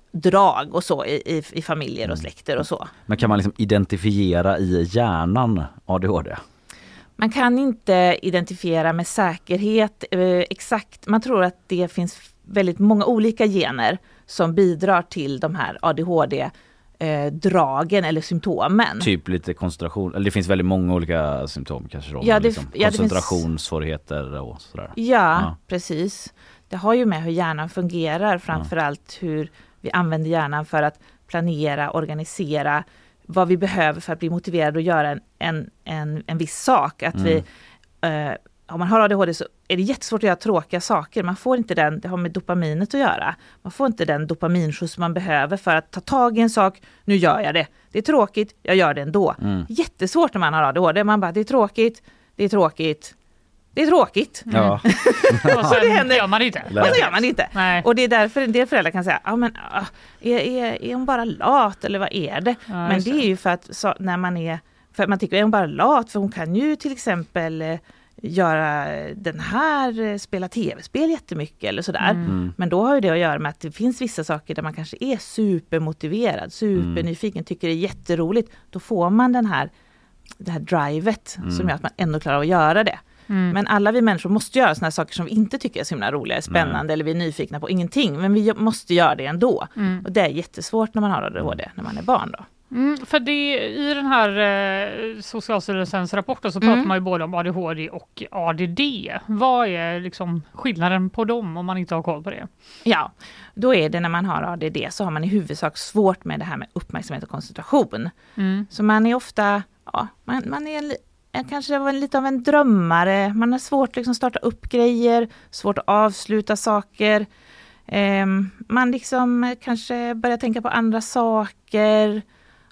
drag och så i, i, i familjer och släkter och så. Men kan man liksom identifiera i hjärnan A D H D? Man kan inte identifiera med säkerhet eh, exakt. Man tror att det finns väldigt många olika gener som bidrar till de här A D H D-dragen eh, eller symptomen. Typ lite koncentration, eller det finns väldigt många olika symptom kanske då. Ja, det, liksom ja, koncentrationssvårigheter och sådär. Ja, ja, precis. Det har ju med hur hjärnan fungerar, framförallt ja. hur vi använder hjärnan för att planera, organisera vad vi behöver för att bli motiverade att göra en, en, en, en viss sak. Att mm. vi, eh, om man har A D H D så är det jättesvårt att göra tråkiga saker. Man får inte den, det har med dopaminet att göra. Man får inte den dopaminskjuts man behöver för att ta tag i en sak. Nu gör jag det. Det är tråkigt, jag gör det ändå. Mm. Jättesvårt när man har A D H D. Man bara, det är tråkigt, det är tråkigt. Det är tråkigt. Ja. Och sen det händer. Gör man det inte. Och så gör man det inte. Nej. Och det är därför en del föräldrar kan säga, ja men är, är, är hon bara lat eller vad är det? Ja, men det är ju för att så, när man är, för att man tycker, är hon bara lat? För hon kan ju till exempel eh, göra den här, eh, spela tv-spel jättemycket eller sådär. Mm. Men då har ju det att göra med att det finns vissa saker där man kanske är supermotiverad, supernyfiken, mm. tycker det är jätteroligt. Då får man den här, det här drivet mm. som gör att man ändå klarar att göra det. Mm. Men alla vi människor måste göra såna saker som vi inte tycker är så himla roliga, spännande Nej. eller vi är nyfikna på ingenting. Men vi måste göra det ändå. Mm. Och det är jättesvårt när man har A D H D, när man är barn då. Mm, för det, i den här eh, Socialstyrelsens rapporten så pratar mm. man ju både om A D H D och A D D. Vad är liksom skillnaden på dem om man inte har koll på det? Ja, då är det när man har A D D så har man i huvudsak svårt med det här med uppmärksamhet och koncentration. Mm. Så man är ofta, ja, man, man är kanske var lite av en drömmare. Man har svårt att liksom starta upp grejer, svårt att avsluta saker. Eh, man liksom kanske börjar tänka på andra saker.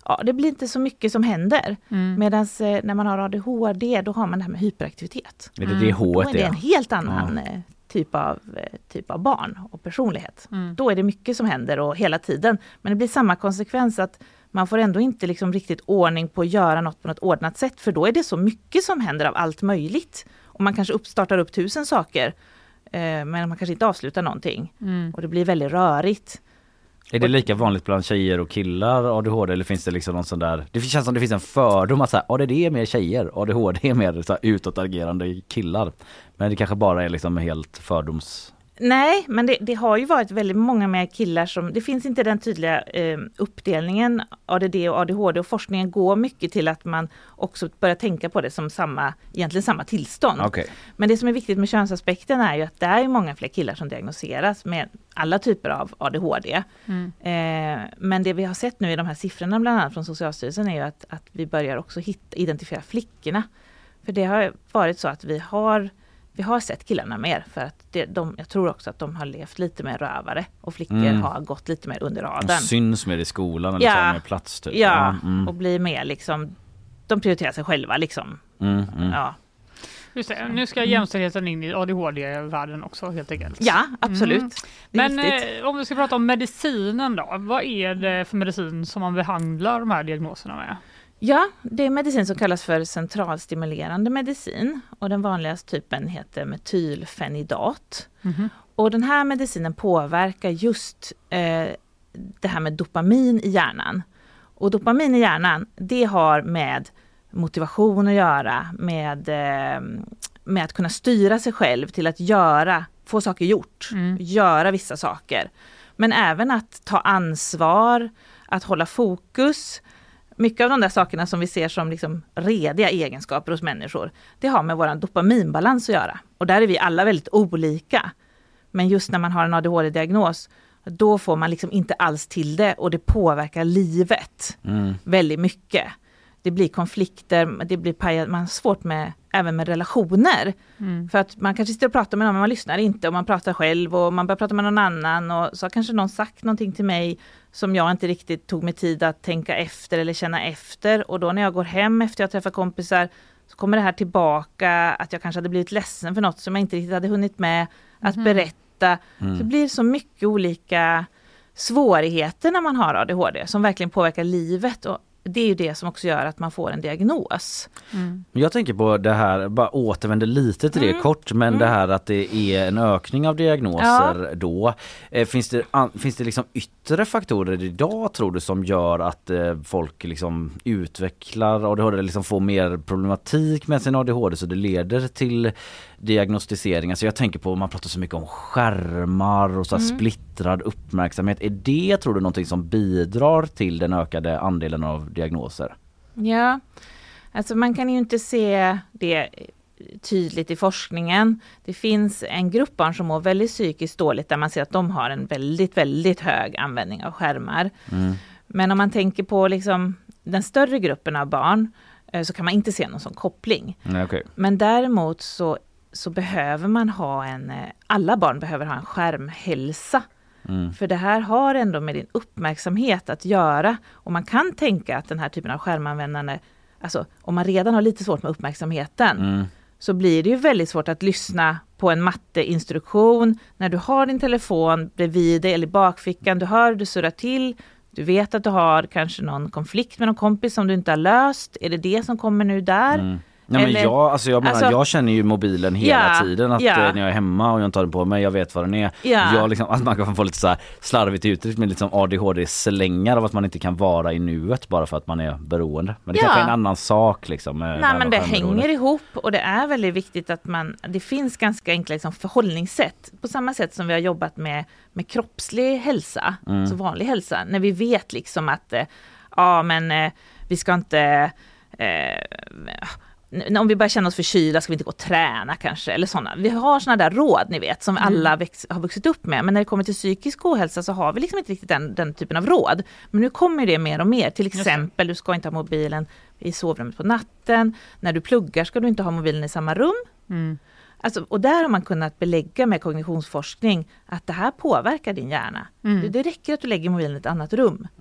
ja, det blir inte så mycket som händer. Mm. Medan eh, när man har A D H D, då har man det här med hyperaktivitet. Är det det H Då är det en helt annan ja. typ, av, typ av barn och personlighet. Mm. Då är det mycket som händer och hela tiden. Men det blir samma konsekvens att man får ändå inte liksom riktigt ordning på att göra något på något ordnat sätt. För då är det så mycket som händer av allt möjligt. Och man kanske uppstartar upp tusen saker. Eh, men man kanske inte avslutar någonting. Mm. Och det blir väldigt rörigt. Är det lika vanligt bland tjejer och killar A D H D, eller finns det liksom någon sån där, det känns som det finns en fördom att så här, A D D är mer tjejer, A D H D är mer så här utåtagerande killar, men det kanske bara är liksom helt fördoms. Nej, men det, det har ju varit väldigt många mer killar som, det finns inte den tydliga eh, uppdelningen A D D och A D H D, och forskningen går mycket till att man också börjar tänka på det som samma, egentligen samma tillstånd. Okay. Men det som är viktigt med könsaspekten är ju att det är många fler killar som diagnoseras med alla typer av A D H D. Mm. Eh, men det vi har sett nu i de här siffrorna bland annat från Socialstyrelsen är ju att, att vi börjar också hitta, identifiera flickorna. För det har varit så att vi har Vi har sett killarna mer, för att det, de, jag tror också att de har levt lite mer rövare och flickor mm. har gått lite mer under radarn. De syns mer i skolan eller ja, så mer plats typ. Ja, mm. och blir mer liksom, de prioriterar sig själva liksom. Mm, mm. Ja. Just det, nu ska jämställdheten in i A D H D-världen också helt enkelt. Ja, absolut. Mm. Men eh, om vi ska prata om medicinen då, vad är det för medicin som man behandlar de här diagnoserna med? Ja, det är medicin som kallas för centralstimulerande medicin, och den vanligaste typen heter metylfenidat. Mm-hmm. Och den här medicinen påverkar just eh, det här med dopamin i hjärnan. Och dopamin i hjärnan, det har med motivation att göra, med, eh, med att kunna styra sig själv till att göra, få saker gjort, mm. göra vissa saker. Men även att ta ansvar, att hålla fokus. Mycket av de där sakerna som vi ser som liksom rediga egenskaper hos människor, det har med vår dopaminbalans att göra. Och där är vi alla väldigt olika. Men just när man har en A D H D-diagnos, då får man liksom inte alls till det, och det påverkar livet mm. väldigt mycket. Det blir konflikter, det blir pajat, man har svårt med, även med relationer. Mm. För att man kanske sitter och pratar med någon, men man lyssnar inte, och man pratar själv och man börjar prata med någon annan, och så har kanske någon sagt någonting till mig som jag inte riktigt tog mig tid att tänka efter eller känna efter. Och då när jag går hem efter jag träffar kompisar, så kommer det här tillbaka, att jag kanske hade blivit ledsen för något som jag inte riktigt hade hunnit med att mm. berätta. Mm. Så det blir så mycket olika svårigheter när man har A D H D som verkligen påverkar livet, och det är ju det som också gör att man får en diagnos. Mm. Jag tänker på det här, bara återvänder lite till det mm. kort, men mm. det här att det är en ökning av diagnoser ja. då. Eh, finns det, an, finns det liksom yttre faktorer idag, tror du, som gör att eh, folk liksom utvecklar A D H D, eller liksom får mer problematik med sin A D H D, så det leder till diagnostisering? Alltså jag tänker på, man pratar så mycket om skärmar och så här mm. splittrad uppmärksamhet. Är det, tror du, någonting som bidrar till den ökade andelen av diagnoser? Ja, alltså man kan ju inte se det tydligt i forskningen. Det finns en grupp barn som mår väldigt psykiskt dåligt, där man ser att de har en väldigt, väldigt hög användning av skärmar. Mm. Men om man tänker på liksom den större gruppen av barn, så kan man inte se någon sån koppling. Mm, okay. Men däremot så så behöver man ha en, alla barn behöver ha en skärmhälsa. Mm. För det här har ändå med din uppmärksamhet att göra. Och man kan tänka att den här typen av skärmanvändande, alltså om man redan har lite svårt med uppmärksamheten, mm. så blir det ju väldigt svårt att lyssna på en matteinstruktion när du har din telefon bredvid dig eller i bakfickan. Du hör, du surrar till, du vet att du har kanske någon konflikt med någon kompis som du inte har löst. Är det det som kommer nu där? Mm. Nej, men jag, alltså jag, menar, alltså, jag känner ju mobilen hela ja, tiden, att ja. när jag är hemma och jag inte har den på mig, jag vet vad den är. Ja. Jag liksom, att man kan få lite så här slarvigt uttryck med liksom A D H D-slängar av att man inte kan vara i nuet bara för att man är beroende. Men det ja. kanske är en annan sak liksom. Nej, men det hänger ihop, och det är väldigt viktigt att man, det finns ganska enkla liksom förhållningssätt. På samma sätt som vi har jobbat med, med kroppslig hälsa, mm. så vanlig hälsa. När vi vet liksom att eh, ja men eh, vi ska inte... Eh, om vi bara känner oss förkylda ska vi inte gå och träna kanske, eller sådana. Vi har sådana där råd, ni vet, som mm. alla väx- har vuxit upp med. Men när det kommer till psykisk ohälsa så har vi liksom inte riktigt den, den typen av råd. Men nu kommer det mer och mer. Till exempel, du ska inte ha mobilen i sovrummet på natten. När du pluggar ska du inte ha mobilen i samma rum. Mm. Alltså, och där har man kunnat belägga med kognitionsforskning att det här påverkar din hjärna. Mm. Det, det räcker att du lägger mobilen i ett annat rum. Mm.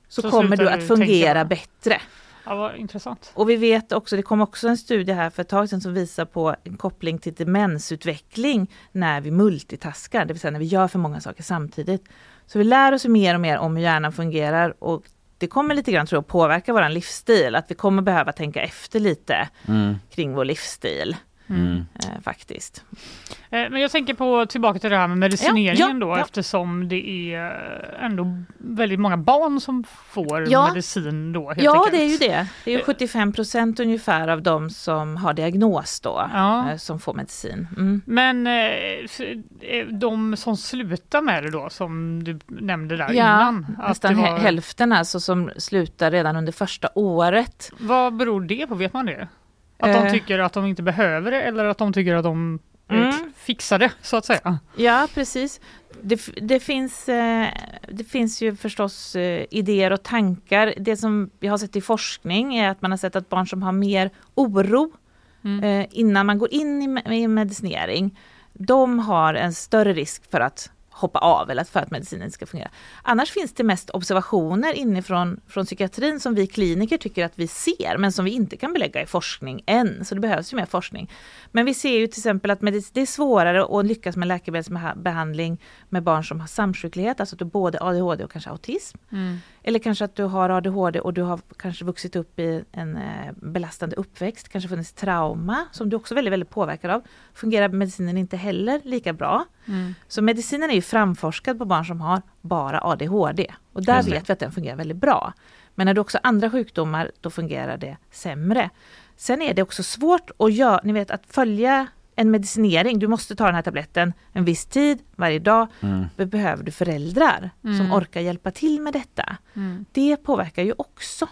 så, Så kommer du slutar att du fungera tänka. bättre. Ja, vad intressant. Och vi vet också, det kom också en studie här för ett tag sedan som visar på en koppling till demensutveckling när vi multitaskar, det vill säga när vi gör för många saker samtidigt. Så vi lär oss mer och mer om hur hjärnan fungerar och det kommer lite grann tror jag påverka vår livsstil, att vi kommer behöva tänka efter lite Mm. kring vår livsstil. Mm. Eh, faktiskt. Eh, Men jag tänker på tillbaka till det här med medicineringen Ja, ja, då, ja. eftersom det är ändå väldigt många barn som får Ja. medicin då helt Ja, enkelt. det är ju det. Det är ju sjuttiofem procent ungefär av de som har diagnos då, Ja. eh, som får medicin. Mm. Men eh, f- eh, de som slutar med det då, som du nämnde där Ja, innan. att nästan det var... var, hälften alltså som slutar redan under första året. Vad beror det på, vet man det? Att de Eh. tycker att de inte behöver det eller att de tycker att de eh, Mm. fixar det så att säga? Ja, precis. Det, det, finns, eh, det finns ju förstås eh, idéer och tankar. Det som vi har sett i forskning är att man har sett att barn som har mer oro Mm. eh, innan man går in i, me- i medicinering, de har en större risk för att hoppa av eller för att medicinen ska fungera. Annars finns det mest observationer inifrån från psykiatrin som vi kliniker tycker att vi ser men som vi inte kan belägga i forskning än. Så det behövs ju mer forskning. Men vi ser ju till exempel att medic- det är svårare att lyckas med läkemedelsbehandling med barn som har samsjuklighet, alltså att du både A D H D och kanske autism. Mm. Eller kanske att du har A D H D och du har kanske vuxit upp i en eh, belastande uppväxt, kanske funnits trauma som du också är väldigt, väldigt påverkad av. Fungerar medicinen inte heller lika bra. Mm. Så medicinen är ju framforskad på barn som har bara A D H D. Och där Just det. vet vi att den fungerar väldigt bra. Men när du också har andra sjukdomar, då fungerar det sämre. Sen är det också svårt att göra, ni vet, att följa en medicinering. Du måste ta den här tabletten en viss tid varje dag. Mm. Då behöver du föräldrar Mm. som orkar hjälpa till med detta. Mm. Det påverkar ju också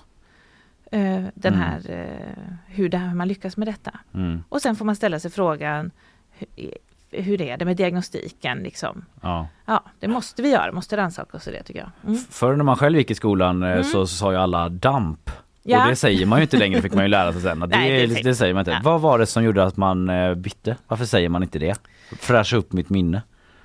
eh, den Mm. här, eh, hur, det, hur man lyckas med detta. Mm. Och sen får man ställa sig frågan, hur, hur är det med diagnostiken? Liksom? Ja. Ja, det måste vi göra, måste rannsaka oss i det tycker jag. Mm. Förr när man själv gick i skolan eh, Mm. så, så sa ju alla damp. Ja. Och det säger man ju inte längre, fick man ju lära sig sen. Det, Nej, det det, säger- det säger man inte. Ja. Vad var det som gjorde att man eh, bytte? Varför säger man inte det? Fräscha upp mitt minne.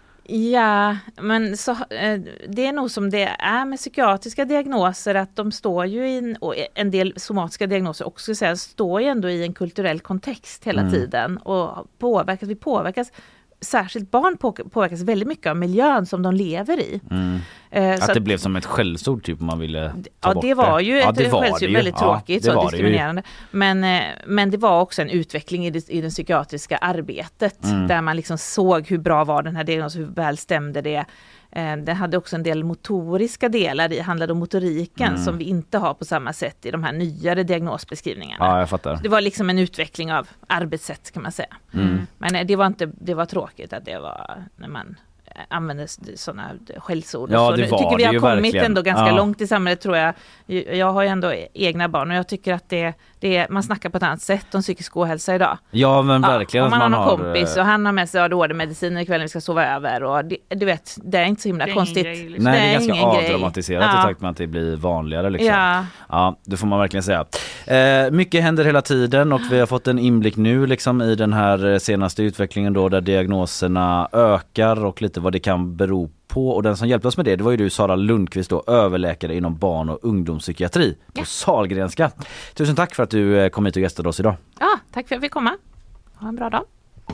Ja, men så, eh, det är nog som det är med psykiatriska diagnoser att de står ju i en, och en del somatiska diagnoser också ska säga, står ju ändå i en kulturell kontext hela Mm. tiden och påverkas, vi påverkas, särskilt barn på, påverkas väldigt mycket av miljön som de lever i. Mm. Eh, så Att det att- blev som ett skällsord typ om man ville ta Ja, bort det var ju Ja, ett det var skällsord, det ju. väldigt Ja, tråkigt, det så var det ju. diskriminerande. Men, eh, men det var också en utveckling i det, i det psykiatriska arbetet Mm. där man liksom såg hur bra var den här diagnosen, hur väl stämde det. Eh, det hade också en del motoriska delar, det handlade om motoriken Mm. som vi inte har på samma sätt i de här nyare diagnosbeskrivningarna. Ja, jag fattar. Det var liksom en utveckling av arbetssätt kan man säga. Mm. Men eh, det var inte, det var tråkigt att det var när man eh, använde sådana skällsord. Ja, och så. det Nu var tycker vi det har ju kommit verkligen. ändå ganska Ja. långt i samhället tror jag. Jag har ju ändå egna barn och jag tycker att det, det är, man snackar på ett annat sätt om psykisk ohälsa idag. Ja, men verkligen om att man, man har en har... kompis och han har med sig A D H D-mediciner ikväll när vi ska sova över och det, du vet, det är inte så himla Det är ingen konstigt. grej, liksom. Nej, det är ganska ingen grej. avdramatiserat Ja. i takt med att det blir vanligare liksom. Ja. Ja, det får man verkligen säga. Eh, mycket händer hela tiden och vi har fått en inblick nu liksom i den här eh, senaste utvecklingen då där diagnoserna ökar och lite vad det kan bero på. Och den som hjälpte oss med det, det var ju du Sara Lundqvist då, överläkare inom barn- och ungdomspsykiatri på Sahlgrenska. Tusen tack för att du eh, kom hit och gästade oss idag. Ja, tack för att jag fick komma. Ha en bra dag.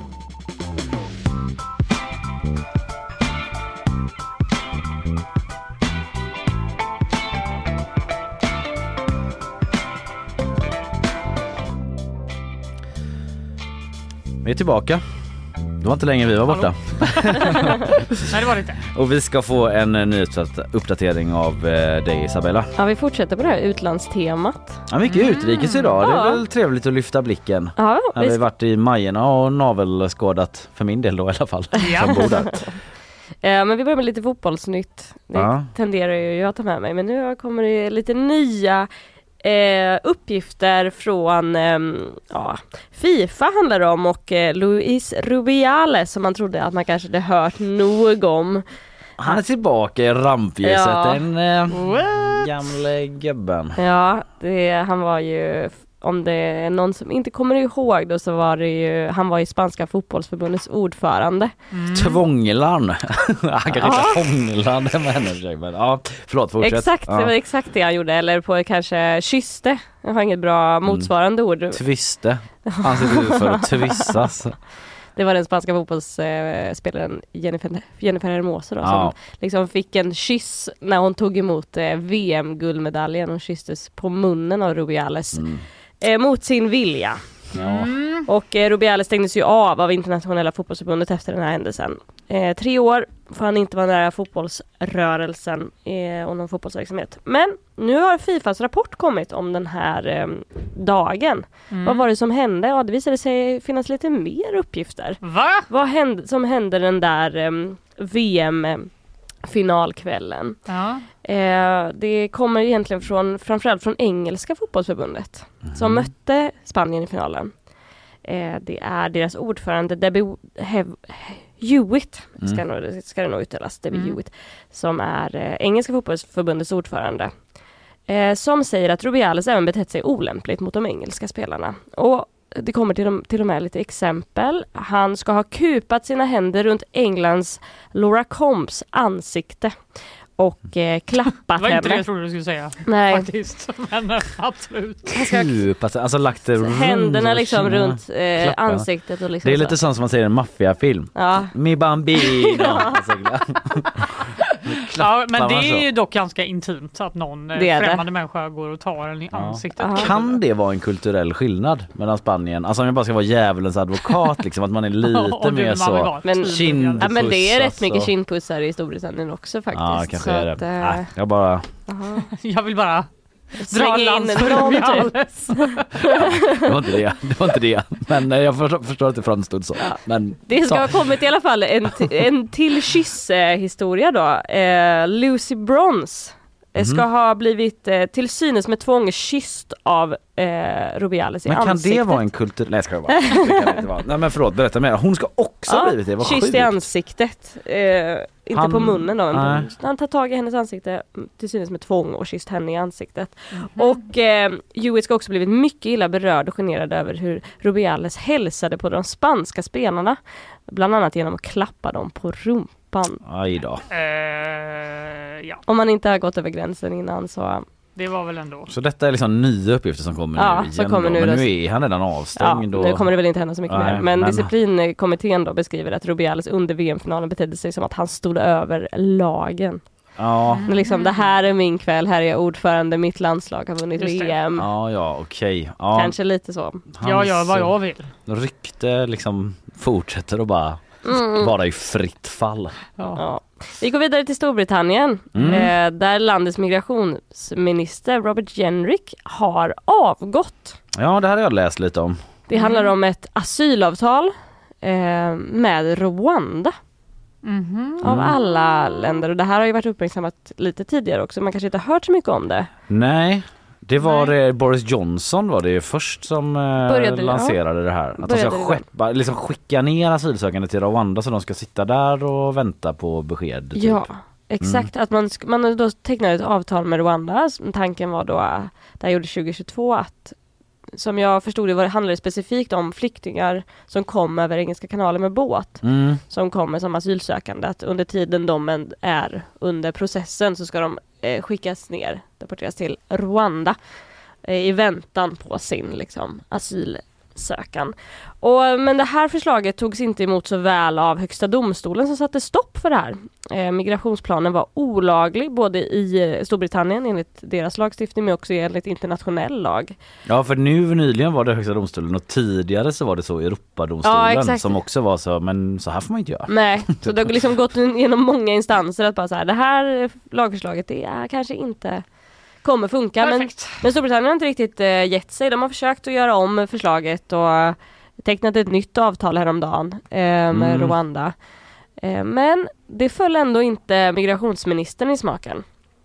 Vi är tillbaka. Det var inte länge vi var borta. Nej, det var det inte. Och vi ska få en eh, nyhetsuppdatering av eh, dig Isabella. Ja, vi fortsätter på det här utlandstemat. Ja, mycket utrikes idag. Det är Ja. väl trevligt att lyfta blicken. Ja, När vi vi ska- varit i Majerna och navelskådat, för min del då i alla fall, Ja. som bor där. Eh, men vi börjar med lite fotbollsnytt. Det Ja. tenderar ju jag att ta med mig. Men nu kommer det lite nya eh, uppgifter från ehm, ja, FIFA handlar det om. Och eh, Luis Rubiales som man trodde att man kanske hade hört nog om. Han är tillbaka i rampljuset, Ja. den eh, What? gamle gubben. Ja, det, han var ju om det är någon som inte kommer ihåg då, så var det ju, han var ju spanska fotbollsförbundets ordförande. Mm. Tvånglan. Han kan inte hånglan med henne. Men ja, förlåt, fortsätt. Exakt, ja. det var exakt det han gjorde. Eller på kanske kysste. Jag har inget bra motsvarande mm. ord. Twiste. Han ser ut för att twissas. Det var den spanska fotbollsspelaren Jennifer, Jennifer Hermoso då, ja. som liksom fick en kyss när hon tog emot eh, V M-guldmedaljen. Hon kysstes på munnen av Rubiales mm. eh, mot sin vilja. Ja. Mm. Och eh, Rubiales stängdes ju av av internationella fotbollsförbundet efter den här händelsen. Eh, tre år får han inte vara nära fotbollsrörelsen eh, och någon fotbollsverksamhet. Men nu har FIFAs rapport kommit om den här eh, dagen. Mm. Vad var det som hände? Ja, det visade sig finnas lite mer uppgifter. Va? Vad hände, som hände den där eh, V M-finalkvällen? Ja. Eh, det kommer egentligen från, framförallt från engelska fotbollsförbundet mm. som mötte Spanien i finalen. Eh, det är deras ordförande Debbie Hev- Hewitt, ska, mm. nog, ska det nog uttalas, Debbie mm. Hewitt, som är eh, engelska fotbollsförbundets ordförande. Eh, som säger att Rubiales även betett sig olämpligt mot de engelska spelarna. Och det kommer till, de, till och med lite exempel. Han ska ha kupat sina händer runt Englands Laura Combs ansikte och eh, klappat henne. Det var inte det jag trodde du skulle säga. Nej. Faktiskt. Men absolut. Kupat, alltså lagt det runt händerna liksom runt eh, ansiktet. Och liksom det är lite sånt som man säger i en maffiafilm. Ja. Mi bambino. Ja, men det är ju dock ganska intimt att någon främmande det. människa går och tar en i ja. ansiktet. Aha. Kan det vara en kulturell skillnad mellan Spanien? Alltså om jag bara ska vara djävulens advokat, liksom, att man är lite mer så men, kindpussas. Ja, men det är rätt mycket kindpussar i Storbritannien också faktiskt. Ja, kanske är det. Att, äh... Nej, jag bara... jag vill bara... Dra in någon det var inte det, det var inte det. Men jag förstår, förstår att det framstod så. Ja. Men, det ska så. ha kommit i alla fall en, t- en till kyss-historia då. Eh, Lucy Bronze mm. ska ha blivit eh, till synes med tvång kysst av eh, Rubiales i men ansiktet. Men kan det vara en kultur... Nej, ska jag bara. Det kan det inte vara. Nej, men förlåt, berätta mer. Hon ska också ja, ha blivit det. Vad kysst i ansiktet. Eh, inte han, på munnen då. Men på, han tar tag i hennes ansikte till synes med tvång och kysst henne i ansiktet. Mm. Och eh, Hewitt ska också blivit mycket illa berörd och generad över hur Rubiales hälsade på de spanska spelarna. Bland annat genom att klappa dem på rumpan. Aj då. Uh, ja. Om man inte har gått över gränsen innan så... Det var väl ändå. Så detta är liksom nya uppgifter som kommer ja, nu igen. Kommer nu men då. nu är han redan avstängd. Ja, nu kommer det väl inte hända så mycket Nej, mer. Men, men disciplinkommittén då beskriver att Rubiales under V M-finalen betedde sig som att han stod över lagen. Ja. Men liksom, det här är min kväll, här är jag ordförande, mitt landslag har vunnit V M. Ja, ja, okej. Okay. Ja. Kanske lite så. Hans, jag gör vad jag vill. Rykte liksom fortsätter och bara mm. vara i fritt fall. Ja. Ja. Vi går vidare till Storbritannien mm. eh, där landets migrationsminister Robert Jenrick har avgått. Ja, det här har jag läst lite om. Det handlar mm. om ett asylavtal eh, med Rwanda. Mm-hmm. Av alla länder. Och det här har ju varit uppmärksammat lite tidigare också. Man kanske inte har hört så mycket om det. Nej, det var det, Boris Johnson var det först som eh, lanserade ja. det här. Att de ska skeppa, liksom skicka ner asylsökande till Rwanda så de ska sitta där och vänta på besked. Typ. Ja, exakt. Mm. Att man, man då tecknade ett avtal med Rwanda. Tanken var då, det här gjorde tjugo tjugotvå, att som jag förstod det var, handlade det specifikt om flyktingar som kom över Engelska kanalen med båt. Mm. Som kommer som asylsökande. Att under tiden de är under processen så ska de eh, skickas ner, deporteras till Rwanda eh, i väntan på sin liksom, asylsökan. Och, men det här förslaget togs inte emot så väl av Högsta domstolen som satte stopp för det här. Eh, migrationsplanen var olaglig både i Storbritannien enligt deras lagstiftning men också enligt internationell lag. Ja, för nu nyligen var det Högsta domstolen och tidigare så var det så Europadomstolen ja, som också var så, men så här får man inte göra. Nej, så det har liksom gått genom många instanser att bara så här, det här lagförslaget det är kanske inte kommer funka. Men, men Storbritannien har inte riktigt eh, gett sig. De har försökt att göra om förslaget och tecknat ett nytt avtal häromdagen eh, med mm. Rwanda. Eh, men det föll ändå inte migrationsministern i smaken.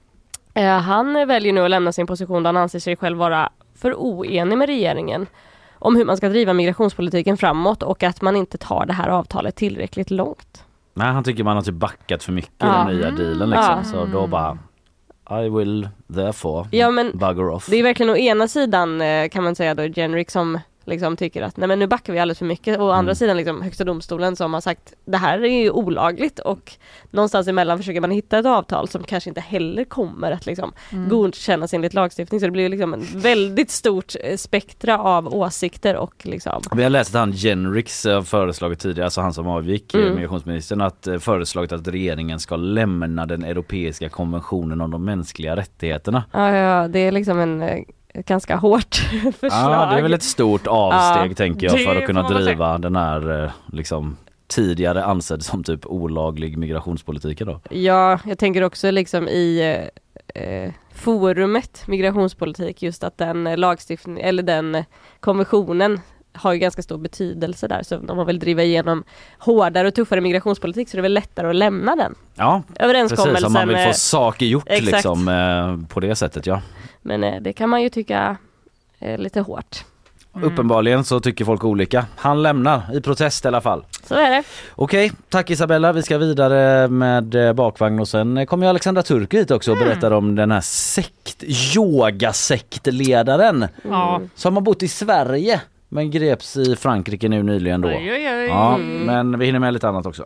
Eh, han väljer nu att lämna sin position då han anser sig själv vara för oenig med regeringen om hur man ska driva migrationspolitiken framåt och att man inte tar det här avtalet tillräckligt långt. Nej, han tycker man har typ backat för mycket ja. i den nya dealen liksom. Ja. Så då bara... I will therefore ja, men bugger off. Det är verkligen å ena sidan kan man säga då Genrick som liksom tycker att nej men nu backar vi alldeles för mycket och å andra Mm. sidan liksom högsta domstolen som har sagt det här är ju olagligt och någonstans emellan försöker man hitta ett avtal som kanske inte heller kommer att liksom Mm. godkännas enligt lagstiftning så det blir liksom en väldigt stort eh, spektra av åsikter och liksom. Vi har läst att han Genricks eh, föreslagit tidigare, alltså han som avgick, Mm. mm. migrationsministern, att eh, föreslagit att regeringen ska lämna den europeiska konventionen om de mänskliga rättigheterna. Ja, ja det är liksom en eh, ett ganska hårt förslag. Ja, det är väl ett stort avsteg Ja, tänker jag för det att kunna får man väl driva den här eh, liksom tidigare ansedd som typ olaglig migrationspolitik då. Ja, jag tänker också liksom i eh, forumet migrationspolitik just att den lagstiftning eller den konventionen har ju ganska stor betydelse där så om man vill driva igenom hårdare och tuffare migrationspolitik så är det väl lättare att lämna den. Ja, Överenskommelsen. precis, om man vill få eh, saker gjort exakt. liksom eh, på det sättet, ja. Men eh, det kan man ju tycka är lite hårt. Mm. Uppenbarligen så tycker folk olika. Han lämnar i protest i alla fall. Så är det. Okej, tack Isabella. Vi ska vidare med eh, bakvagn och sen kommer ju Alexandra Turk hit också och Mm. berättar om den här sekt, yogasektledaren Ja. som har bott i Sverige men greps i Frankrike nu nyligen då. Oj, oj, oj. Ja, men vi hinner med lite annat också.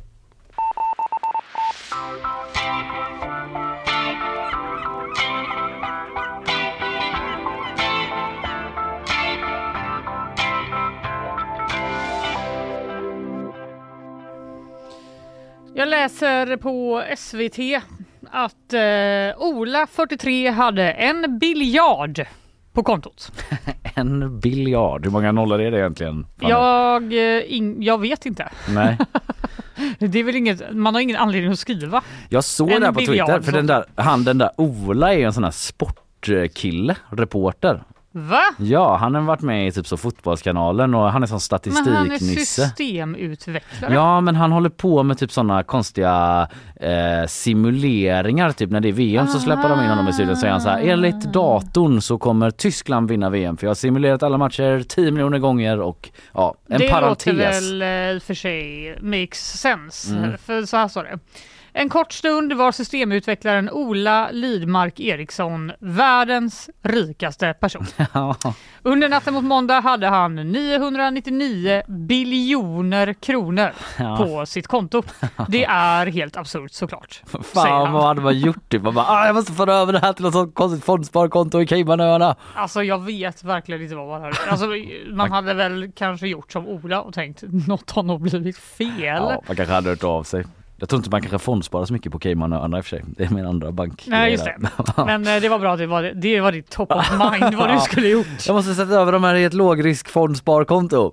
Jag läser på S V T att eh, Ola, fyrtiotre, hade en biljard på kontot. En biljard. Hur många nollor är det egentligen? Fanny? Jag, eh, in, jag vet inte. Nej. Det är väl inget, man har ingen anledning att skriva. Jag såg En det här på biljard, Twitter för så. den där, han den där Ola är en sån här sportkille, reporter. Va? Ja, han har varit med i typ så Fotbollskanalen och han är sån Men han är statistiknisse. systemutvecklare. Ja, men han håller på med typ såna konstiga eh, simuleringar typ när det är V M så släpper de in honom i studion och säger han så här: enligt datorn så kommer Tyskland vinna V M för jag har simulerat alla matcher tio miljoner gånger och ja, en det parentes. Det låter väl eh, för sig makes sense. Mm. För så här står det. En kort stund var systemutvecklaren Ola Lidmark Eriksson världens rikaste person. Ja. Under natten mot måndag hade han niohundranittionio biljoner kronor Ja. på sitt konto. Det är helt absurt såklart. säger Fan, han. vad hade man gjort det? Man bara, ah, jag måste föra över det här till något sånt konstigt fondsparkonto i Caymanöarna. Alltså jag vet verkligen inte vad man hade. Alltså, man hade väl kanske gjort som Ola och tänkt något har nog blivit fel. Ja, man kanske hade hört av sig. Jag tror inte man kanske fondsparar så mycket på Caymanöarna i och för sig. Det är min andra bank. Nej, just det. Men eh, det var bra att det var, det var ditt top of mind vad du skulle gjort. Jag måste sätta över de här i ett lågrisk fondsparkonto.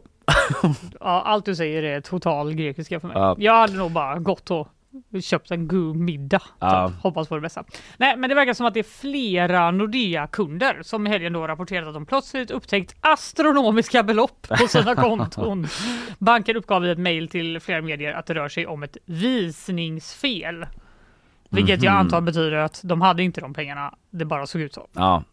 Ja, allt du säger är total grekiska för mig. Ja. Jag hade nog bara gått och köpt en god middag. Ja. Typ. Hoppas på det bästa. Nej, men det verkar som att det är flera Nordea-kunder som i helgen då rapporterat att de plötsligt upptäckt astronomiska belopp på sina konton. Banken uppgav i ett mejl till flera medier att det rör sig om ett visningsfel. Vilket jag Mhm. antar betyder att de hade inte de pengarna, det bara såg ut så. Ja,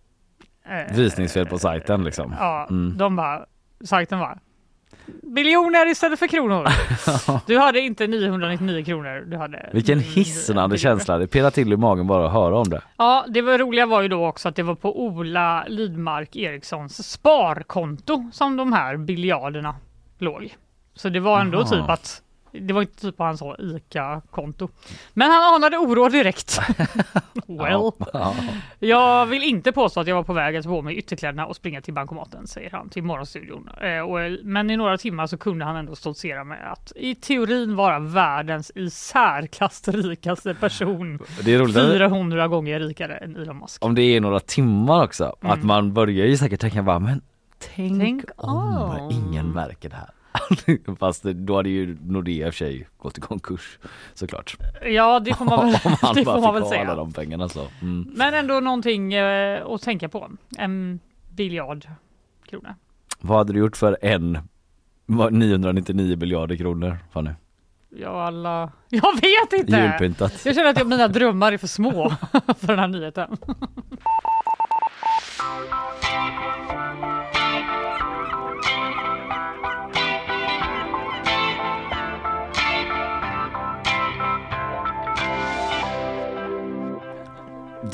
Eh, visningsfel på sajten liksom. Ja, Mm. de bara, sajten var biljoner istället för kronor. Du hade inte niohundranittionio kronor. Du hade Vilken mm, hisnande biljoner. känsla. Det pirrar till i magen bara att höra om det. Ja, det var roliga var ju då också att det var på Ola Lidmark Erikssons sparkonto som de här biljarderna låg. Så det var ändå Aha. typ att det var inte typ på hans ICA-konto. Men han anade oro direkt. Well. Ja. Jag vill inte påstå att jag var på väg att få mig ytterkläderna och springa till bankomaten, säger han till Morgonstudion. Eh, och, men i några timmar så kunde han ändå stoltsera med att i teorin vara världens i särklass rikaste person. Det är roligt. fyrahundra gånger rikare än Elon Musk. Om det är några timmar också. Mm. Att man börjar ju säkert tänka bara, men tänk, Tänk om om. ingen märker det här. Fast då hade ju Nordea i och för sig gått i konkurs såklart. Ja, det får man väl, Om han det bara får man väl fick ha alla säga. de pengarna så. Mm. Men ändå någonting eh, att tänka på. En biljard kronor. Vad hade du gjort för en niohundranittionio miljarder kronor, Fanny? Ja, alla... Jag vet inte! Julpyntat. Jag känner att jag, mina drömmar är för små för den här nyheten.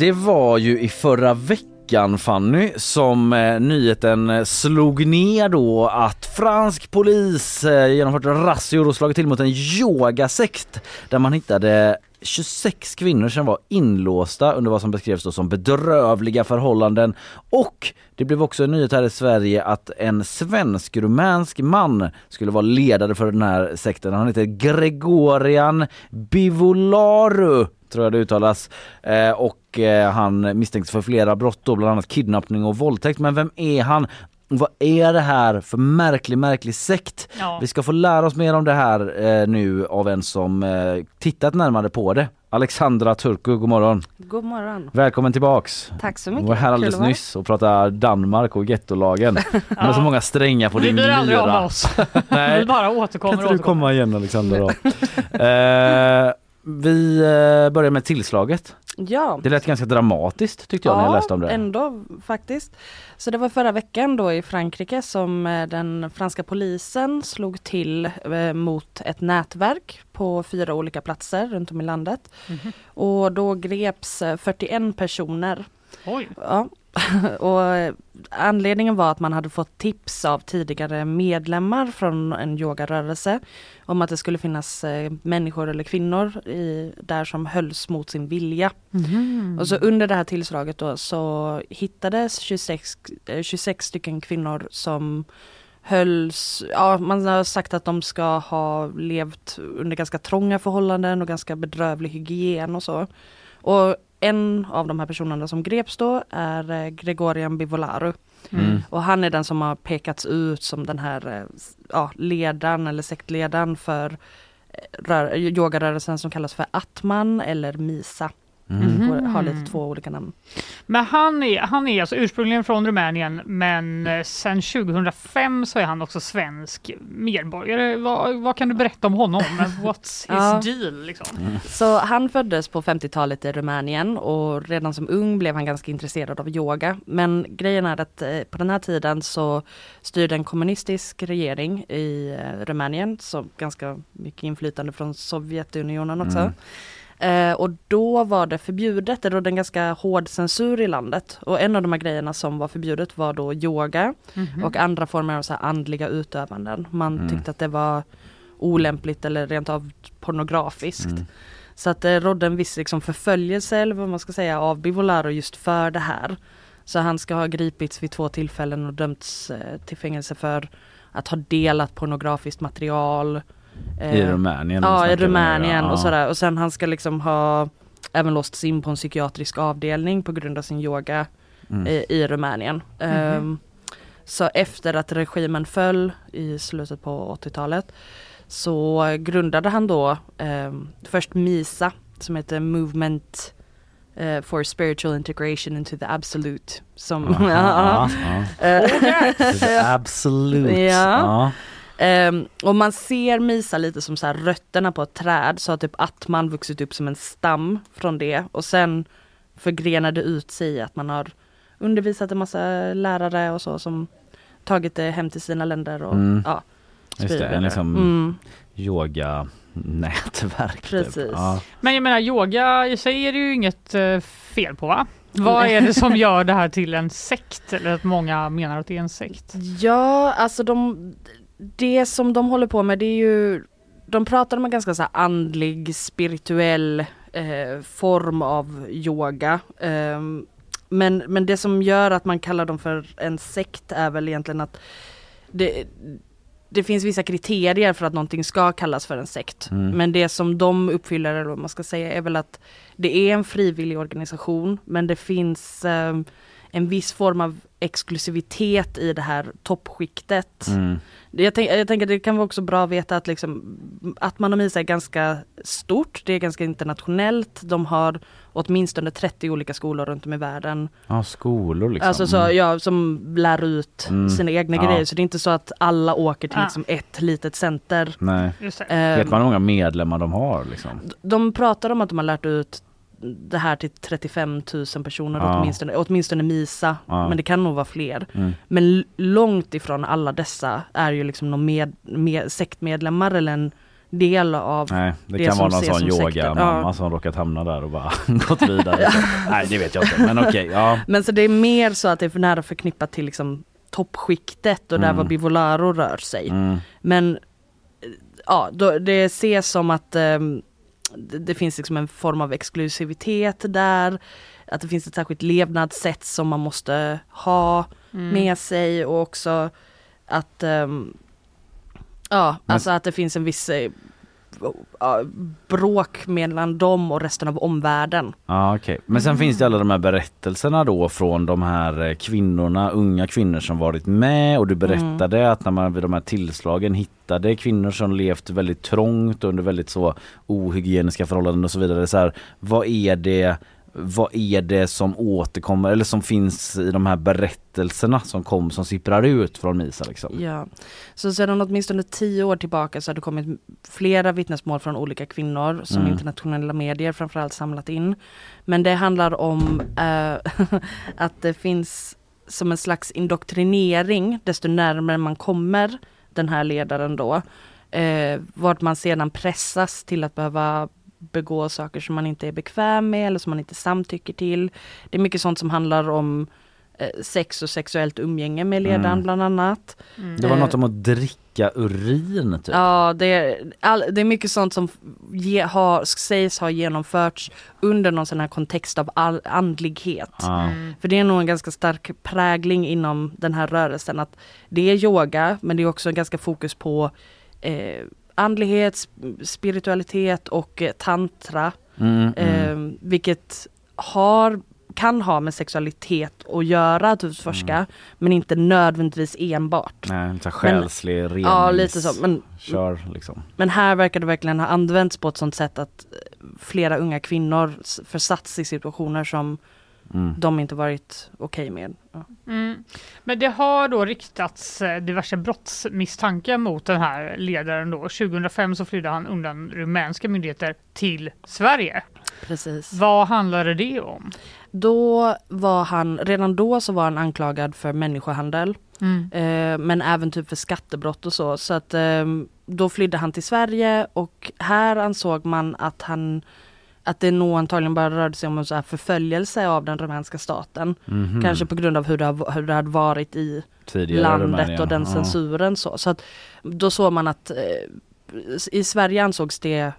Det var ju i förra veckan, Fanny, som eh, nyheten slog ner då att fransk polis eh, genomfört razzior och slagit till mot en yogasekt där man hittade tjugosex kvinnor som var inlåsta under vad som beskrevs då som bedrövliga förhållanden, och det blev också en nyhet här i Sverige att en svensk-rumänsk man skulle vara ledare för den här sekten. Han heter Gregorian Bivolaru, tror jag det uttalas, eh, och eh, han misstänks för flera brott då, bland annat kidnappning och våldtäkt. Men vem är han? Vad är det här för märklig, märklig sekt? Ja. Vi ska få lära oss mer om det här eh, nu av en som eh, tittat närmare på det. Alexandra Turku, god morgon. God morgon. Välkommen tillbaks. Tack så mycket. Vi var här alldeles nyss och pratade Danmark och gettolagen. ja. Med så många strängar på din lyra. Vi blir aldrig av oss. Nej. Vi bara återkommer. Kan inte du komma igen, Alexandra då? eh, vi eh, börjar med tillslaget. Ja. Det lät ganska dramatiskt tyckte jag ja, när jag läste om det. Ja, ändå faktiskt. Så det var förra veckan då i Frankrike som den franska polisen slog till eh, mot ett nätverk på fyra olika platser runt om i landet. Mm-hmm. Och då greps fyrtioen personer. Oj. Ja. Och anledningen var att man hade fått tips av tidigare medlemmar från en yogarörelse om att det skulle finnas eh, människor eller kvinnor i, där som hölls mot sin vilja. Mm. Och så under det här tillslaget då så hittades tjugosex, eh, tjugosex stycken kvinnor som hölls, ja, man har sagt att de ska ha levt under ganska trånga förhållanden och ganska bedrövlig hygien och så. Och en av de här personerna som greps då är Gregorian Bivolaru. Mm. Och han är den som har pekats ut som den här ja, ledaren eller sektledaren för rör, yogarörelsen som kallas för Atman eller Misa. Mm. Och har lite två olika namn. Men han är, han är alltså ursprungligen från Rumänien, men sen tjugohundrafem så är han också svensk medborgare. Vad, vad kan du berätta om honom? What's his ja. deal? Liksom? Mm. Så han föddes på femtiotalet i Rumänien och redan som ung blev han ganska intresserad av yoga. Men grejen är att eh, på den här tiden så styrde en kommunistisk regering i eh, Rumänien, så ganska mycket inflytande från Sovjetunionen också. Mm. Eh, och då var det förbjudet, det rådde en ganska hård censur i landet. Och en av de här grejerna som var förbjudet var då yoga mm-hmm. och andra former av så här andliga utövanden. Man mm. tyckte att det var olämpligt eller rent av pornografiskt. Mm. Så att det rådde en viss liksom, förföljelse eller vad man ska säga av Bivolaru just för det här. Så han ska ha gripits vid två tillfällen och dömts eh, till fängelse för att ha delat pornografiskt material. I Rumänien. Ja, i Rumänien och sådär. Och sen han ska liksom ha även låsts in på en psykiatrisk avdelning på grund av sin yoga mm. i, i Rumänien. Mm-hmm. Um, så efter att regimen föll i slutet på åttiotalet så grundade han då um, först MISA som heter Movement uh, for Spiritual Integration into the Absolute. Som, Aha, ja, ja. Uh, the Absolute. Ja. Ja. Um, och man ser Misa lite som så här rötterna på ett träd, så att typ Atman vuxit upp som en stam från det och sen förgrenade ut sig att man har undervisat en massa lärare och så som tagit det hem till sina länder och mm. ja, just det, en liksom mm. yoga nätverk. Precis. Typ. Ja. Men jag menar, yoga i sig är det ju inget uh, fel på, va? Vad är det som gör det här till en sekt? Eller att många menar att det är en sekt? Ja, alltså de det som de håller på med, det är ju, de pratar om en ganska så här andlig, spirituell eh, form av yoga. Eh, men, men det som gör att man kallar dem för en sekt är väl egentligen att det, det finns vissa kriterier för att någonting ska kallas för en sekt. Mm. Men det som de uppfyller, eller vad man ska säga, är väl att det är en frivillig organisation, men det finns eh, en viss form av exklusivitet i det här toppskiktet. Mm. Jag, tänk, jag tänker att det kan vara också bra att veta att, liksom, att man och Misa är ganska stort. Det är ganska internationellt. De har åtminstone trettio olika skolor runt om i världen. Ja, skolor liksom. Alltså så, ja, som lär ut mm. sina egna ja. grejer. Så det är inte så att alla åker till liksom, ett litet center. Nej. Just det. Vet man hur många medlemmar de har? Liksom? De pratar om att de har lärt ut det här till trettiofem tusen personer ja. åtminstone, åtminstone Misa, ja. men det kan nog vara fler. Mm. Men långt ifrån alla dessa är ju liksom någon med, med, sektmedlemmar eller en del av Nej, det, det kan som vara någon ses sån som yoga sekten. mamma Ja. som råkat hamna där och bara gått vidare. Nej, det vet jag inte. Men okej, okay, ja. Men så det är mer så att det är för nära förknippat till liksom toppskiktet och där Mm. var Bivolaro rör sig. Mm. Men ja, då, det ses som att um, det, det finns liksom en form av exklusivitet där. Att det finns ett särskilt levnadssätt som man måste ha Mm. med sig och också att um, ja, Men- alltså att det finns en viss eh, ja, bråk mellan dem och resten av omvärlden. Ja, okej. Men sen Mm. finns det alla de här berättelserna då från de här eh, kvinnorna, unga kvinnor som varit med, och du berättade Mm. att när man vid de här tillslagen hittade kvinnor som levt väldigt trångt under väldigt så ohygieniska förhållanden och så vidare. Så här, vad är det vad är det som återkommer eller som finns i de här berättelserna som kom som sipprar ut från Misa liksom? Ja, så sedan åtminstone tio år tillbaka så har det kommit flera vittnesmål från olika kvinnor som Mm. internationella medier framförallt samlat in. Men det handlar om eh, att det finns som en slags indoktrinering desto närmare man kommer den här ledaren då. Eh, vart man sedan pressas till att behöva begå saker som man inte är bekväm med eller som man inte samtycker till. Det är mycket sånt som handlar om eh, sex och sexuellt umgänge med ledaren Mm. bland annat. Mm. Det var Eh, något om att dricka urin typ. Ja, det är, all, det är mycket sånt som ge, har, sägs ha genomförts under någon sån här kontext av all, andlighet. Ja. Mm. För det är nog en ganska stark prägling inom den här rörelsen att det är yoga men det är också en ganska fokus på eh, andlighet, sp- spiritualitet och eh, tantra. Mm, mm. Eh, vilket har, kan ha med sexualitet att göra att utforska Mm. men inte nödvändigtvis enbart. Nej, lite själslig renings... Ja, lite så. Men, Kör liksom. men här verkar det verkligen ha använts på ett sånt sätt att eh, flera unga kvinnor s- försatts i situationer som Mm. de inte varit okej med. Ja. Mm. Men det har då riktats eh, diverse brottsmisstankar mot den här ledaren då. tjugohundrafem så flydde han undan rumänska myndigheter till Sverige. Precis. Vad handlade det om? Då var han, redan då så var han anklagad för människohandel. Mm. Eh, men även typ för skattebrott och så. Så att eh, då flydde han till Sverige och här ansåg man att han att det nog antagligen bara rörde sig om en så här förföljelse av den rumänska staten. Mhm. Kanske på grund av hur det, har- hur det hade varit i Tidigare landet Rumänien. och den Ja. censuren. Så, så att då såg man att eh, i Sverige ansågs det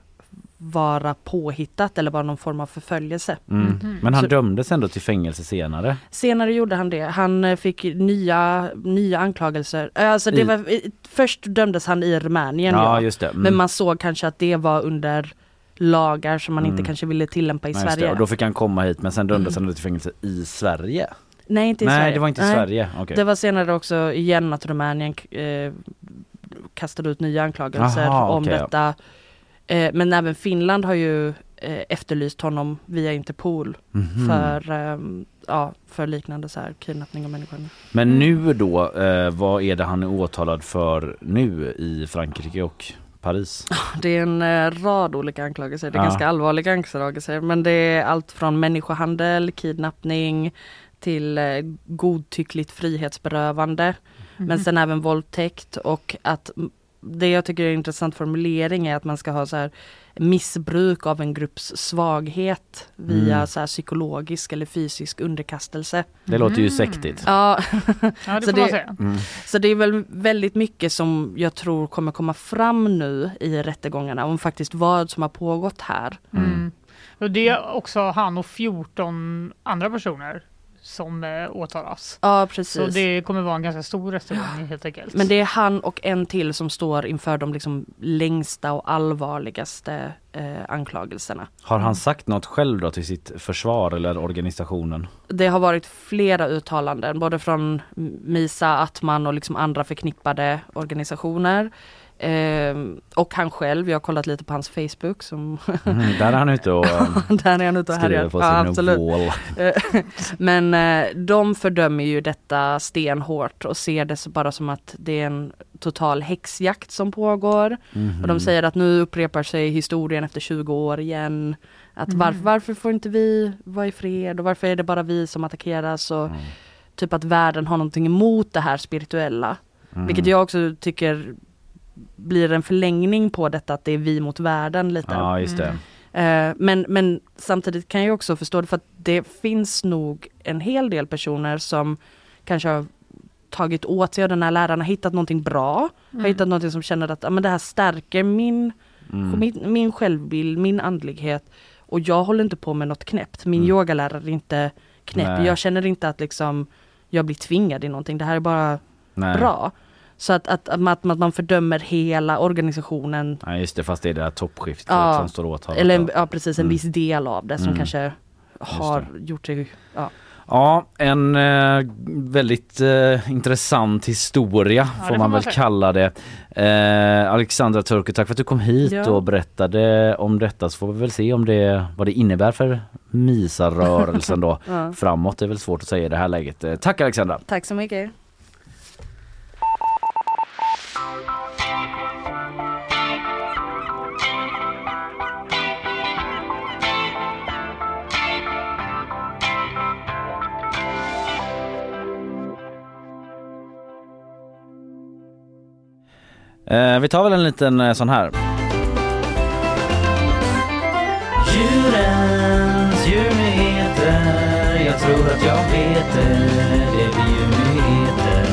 vara påhittat eller vara någon form av förföljelse. Mm. Mhm. Men han Så- dömdes ändå till fängelse senare. Senare gjorde han det. Han eh, fick nya, nya anklagelser. Eh, Alltså det I- var, i- först dömdes han i Rumänien. Ja, Ja, just det. Mm. Men man såg kanske att det var under lagar som man Mm. inte kanske ville tillämpa i Nej, just det. Sverige. Och då fick han komma hit men sen dömdes han till fängelse i Sverige. Nej, inte i Nej, Sverige. det var inte i Nej. Sverige. Okej. Det var senare också igen att Rumänien eh, kastade ut nya anklagelser Aha, om okej, ja. detta. Eh, men även Finland har ju eh, efterlyst honom via Interpol Mhm. för, ehm, ja, för liknande så här kidnappning av människor. Men nu då, eh, vad är det han är åtalad för nu i Frankrike och Paris? Det är en eh, rad olika anklagelser. Det är Ja. ganska allvarliga anklagelser. Men det är allt från människohandel, kidnappning till eh, godtyckligt frihetsberövande. Men sen även våldtäkt och att m- det jag tycker är en intressant formulering är att man ska ha så här missbruk av en grupps svaghet via Mm. så här psykologisk eller fysisk underkastelse. Det låter ju Mm. sektigt. Ja, Ja, det Så får det- man säga. Mm. så det är väl väldigt mycket som jag tror kommer komma fram nu i rättegångarna om faktiskt vad som har pågått här. Mm. Och det är också han och fjorton andra personer som eh, åtalas. Ja, Så precis. det kommer vara en ganska stor rättegång helt enkelt. Men det är han och en till som står inför de liksom längsta och allvarligaste eh, anklagelserna. Har han sagt något själv då till sitt försvar eller organisationen? Det har varit flera uttalanden, både från Misa, Attman och liksom andra förknippade organisationer. Eh, och han själv, jag har kollat lite på hans Facebook som Mm, där är han ute och eh, där är han ute och skriver härjar. på Ja, sin absolut. wall. Eh, Men eh, de fördömer ju detta stenhårt och ser det så bara som att det är en total häxjakt som pågår. Mhm. Och de säger att nu upprepar sig historien efter tjugo år igen. Att Mm. varför, varför får inte vi vara i fred och varför är det bara vi som attackeras och Mm. typ att världen har någonting emot det här spirituella. Mm. Vilket jag också tycker blir en förlängning på detta att det är vi mot världen lite. Ja, just det. Mm. Men, men samtidigt kan jag också förstå det, för att det finns nog en hel del personer som kanske har tagit åt sig av den här läraren, har hittat någonting bra, mm. har hittat någonting som känner att ja, men det här stärker min, mm. min, min självbild, min andlighet, och jag håller inte på med något knäppt. Min mm. yogalärare är inte knäpp. Nej. Jag känner inte att liksom, jag blir tvingad i någonting. Det här är bara Nej. bra. Så att, att, att, att man fördömer hela organisationen. Ja, just det, fast det är det här toppskiftet ja, som står åt. Eller en, ja, precis, en mm. viss del av det som mm. kanske har gjort det. Ja. Ja, en eh, väldigt eh, intressant historia ja, får man väl säga. kalla det. Eh, Alexandra Turku, tack för att du kom hit ja. och berättade om detta, så får vi väl se om det, vad det innebär för Misa-rörelsen då ja. framåt. Det är väl svårt att säga i det här läget. Eh, tack Alexandra. Tack så mycket. Eh, vi tar väl en liten eh, sån här. Djurens djurnyheter, jag tror att jag vet det, det blir djurnyheter.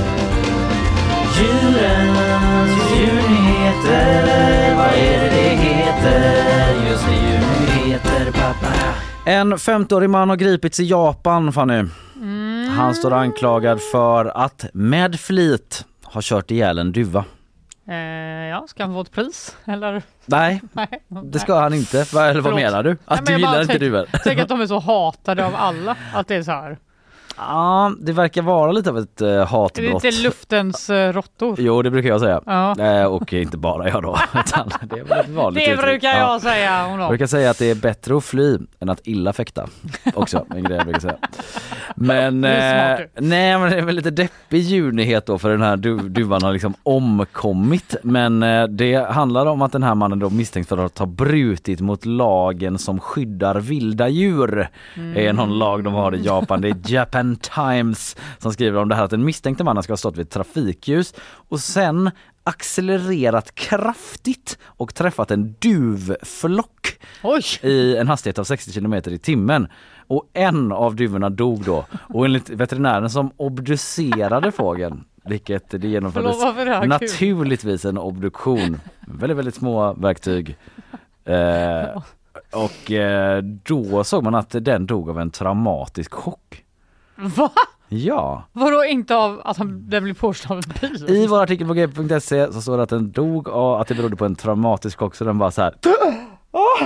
Djurens djurnyheter, vad är det det heter? Just det, djurnyheter, pappa. En femtioårig man har gripits i Japan, Fanny. Mm. Han står anklagad för att med flit ha kört ihjäl en duva. Eh, ja, ska han få ett pris? Eller? Nej, Nej, det ska han inte. Eller vad Förlåt. menar du? Att Nej, du gillar inte duvor? Tänk att de är så hatade av alla. Att det är så här. Ja, det verkar vara lite av ett uh, hatbrott. Det är lite luftens uh, råttor. Jo, det brukar jag säga. Ja. Eh, och inte bara jag då. Utan det är väl ett vanligt Det brukar jag ja. säga. Jag brukar säga att det är bättre att fly än att illa fäkta. Också, en grej jag brukar säga. Men, eh, nej, men det är väl lite deppig djurnyhet då, för den här du- duvan har liksom omkommit. Men eh, det handlar om att den här mannen då misstänks för att ha brutit mot lagen som skyddar vilda djur. Mm. Det är någon lag de har i Japan. Det är Japan Times som skriver om det här, att den misstänkte mannen ska ha stått vid ett trafikljus och sen accelererat kraftigt och träffat en duvflock Oj. i en hastighet av sextio kilometer i timmen. Och en av duvorna dog då. Och enligt veterinären som obducerade fågeln, vilket det genomfördes det naturligtvis en obduktion. Väldigt, väldigt små verktyg. Eh, och eh, då såg man att den dog av en traumatisk chock. Va? Ja. Vadå inte av att han, den blev påslagen av en bil? I vår artikel på g p punkt se så står det att den dog och att det berodde på en traumatisk chock, så den var så här. Ah,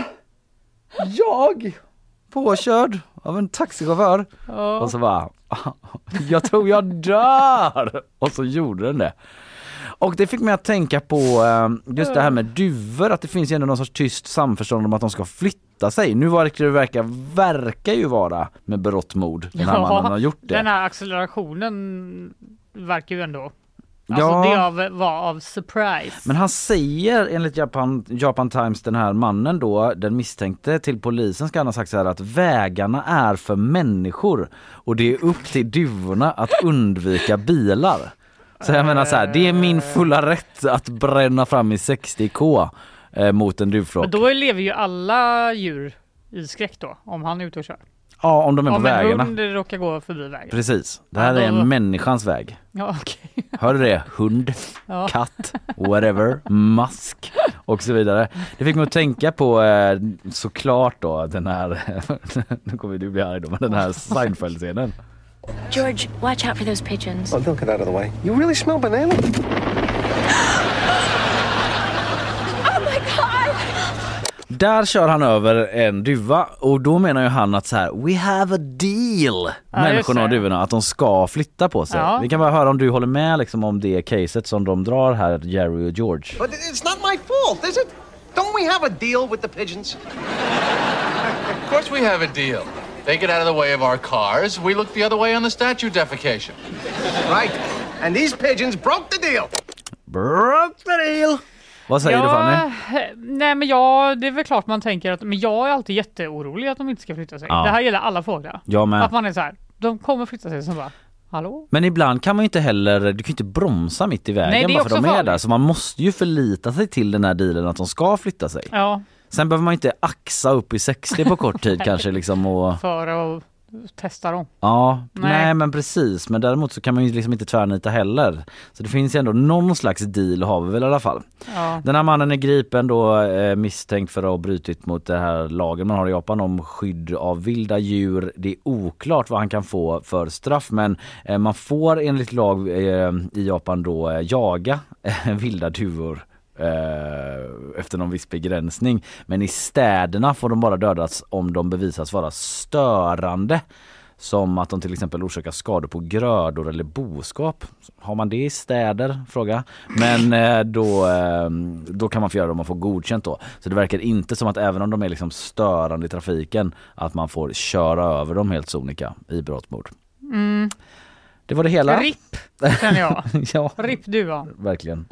jag påkörd av en taxichaufför. Oh. Och så bara, jag tror jag dör. Och så gjorde den det. Och det fick mig att tänka på just det här med duvor, att det finns ju ändå någon sorts tyst samförstånd om att de ska flytta sig. Nu verkar det verka, verkar ju vara med berått mod den här ja, mannen har gjort det. Den här accelerationen verkar ju ändå, alltså ja, det av, var av surprise. Men han säger enligt Japan, Japan Times, den här mannen då, den misstänkte, till polisen ska han ha sagt så här att vägarna är för människor och det är upp till duvorna att undvika bilar. Så jag menar så här, det är min fulla rätt att bränna fram i sextio kilometer eh, mot en duvflock. Men då lever ju alla djur i skräck då, om han är ute och kör. Ja, om de är om på vägarna. Om en hund råkar gå förbi vägen. Precis, det här ja, då... är en människans väg. Ja, okej. Okay. Hör du det? Hund, ja. katt, whatever, mask och så vidare. Det fick mig att tänka på eh, såklart då den här, nu kommer du bli arg då, men den här Seinfeld-scenen. George, watch out for those pigeons. Oh, don't get out of the way. You really smell banana. Oh my God! Där kör han över en duva och då menar ju han att så här, we have a deal, ja, människorna och duvorna, att de ska flytta på sig. Ja. Vi kan bara höra om du håller med liksom om det caset som de drar här, Jerry och George. But it's not my fault, is it? Don't we have a deal with the pigeons? Of course we have a deal. They get out of the way of our cars. We look the other way on the statue defecation. Right. And these pigeons broke the deal. Broke the deal. Vad säger ja, du, Fanny? Nej, men jag, det är väl klart man tänker att, men jag är alltid jätteorolig att de inte ska flytta sig. Ja. Det här gäller alla fåglar. Jag med. Att man är så här, de kommer flytta sig, så bara, hallå? Men ibland kan man ju inte heller, du kan ju inte bromsa mitt i vägen. Nej, det är bara för också de är farligt. där. Så man måste ju förlita sig till den här dealen att de ska flytta sig. Ja. Sen behöver man inte axa upp i sextio på kort tid kanske liksom och... För att testa dem. Ja, nej. Nej. men precis. Men däremot så kan man ju liksom inte tvärnita heller. Så det finns ju ändå någon slags deal har vi väl i alla fall. Ja. Den här mannen är gripen då eh, misstänkt för att ha brutit mot det här lagen man har i Japan om skydd av vilda djur. Det är oklart vad han kan få för straff, men eh, man får enligt lag eh, i Japan då eh, jaga eh, vilda duvor eh, efter någon viss begränsning. Men i städerna får de bara dödas om de bevisas vara störande. Som att de till exempel orsakar skador på grödor eller boskap. Har man det i städer? Fråga. Men eh, då, eh, då kan man få göra det om man får godkänt då. Så det verkar inte som att även om de är liksom störande i trafiken att man får köra över dem helt sonika i brottmord. Mm. Det var det hela. R I P känner jag. Ja. R I P duva. Verkligen.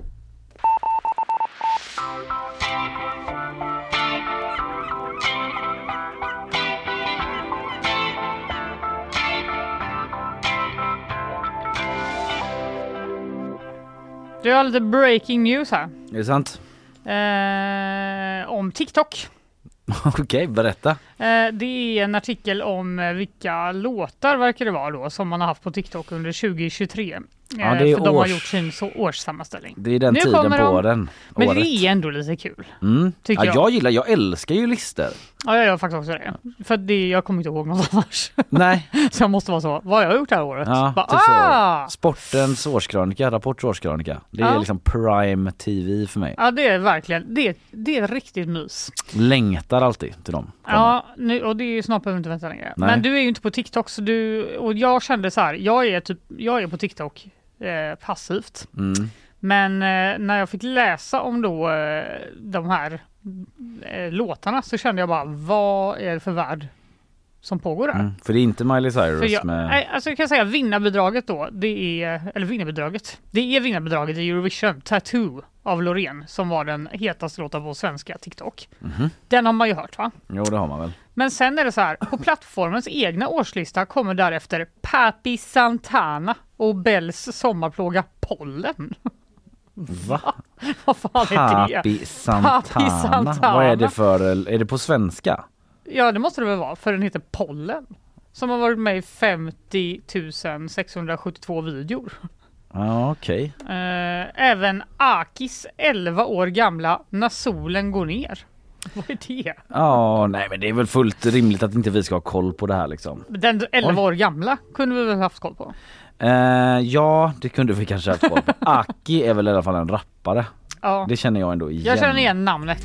Det är lite breaking news här. Är det sant? Eh, om TikTok. Okej, okay, berätta. Eh, det är en artikel om eh, vilka låtar verkar det vara då som man har haft på TikTok under tjugo tjugotre. Ja, det är för de har års... gjort sin så årssammanställning. Det är den nu tiden på de... åren. Men året. det är ändå lite kul. Mm. Tycker Ja, jag. jag gillar, jag älskar ju listor. Ja, jag gör faktiskt också det. För det, jag kommer inte ihåg något annars. Nej. Så jag måste vara så, vad har jag gjort det här året? Ja, Bara, typ ah! så. Sportens årskrönika, Rapports årskrönika. Det är Ja. liksom prime T V för mig. Ja, det är verkligen, det är, det är riktigt mys. Längtar alltid till dem. Ja, nu, och det är ju snart behöver inte vänta längre. Nej. Men du är ju inte på TikTok så du, och jag kände så här, jag är typ, jag är på TikTok eh, passivt. Mm. Men eh, när jag fick läsa om då eh, de här eh, låtarna så kände jag bara, vad är det för värld som pågår där? Mm. För det är inte Miley Cyrus För jag, med... nej, alltså jag kan säga vinnarbidraget då, det är, eller vinnarbidraget, det är vinnarbidraget i Eurovision, Tattoo av Loreen som var den hetaste låten på svenska TikTok. Mhm. Den har man ju hört va? Jo, det har man väl. Men sen är det så här, på plattformens egna årslista kommer därefter Papi Santana och Bells sommarplåga Pollen. Va? Vad fan är det? Papi Santana. Papi Santana. Vad är det för, är det på svenska? Ja, det måste det väl vara, för den heter Pollen. Som har varit med i femtio tusen sexhundrasjuttiotvå videor. Ja, okej. Okay. Eh, även Akis elva år gamla När solen går ner. Vad är det? Ja, nej men det är väl fullt rimligt att inte vi ska ha koll på det här liksom. Den elva Oj. år gamla kunde vi väl haft koll på? Eh, ja, det kunde vi kanske haft koll på. Aki är väl i alla fall en rappare. Ja. Det känner jag ändå igen. Jag känner igen namnet.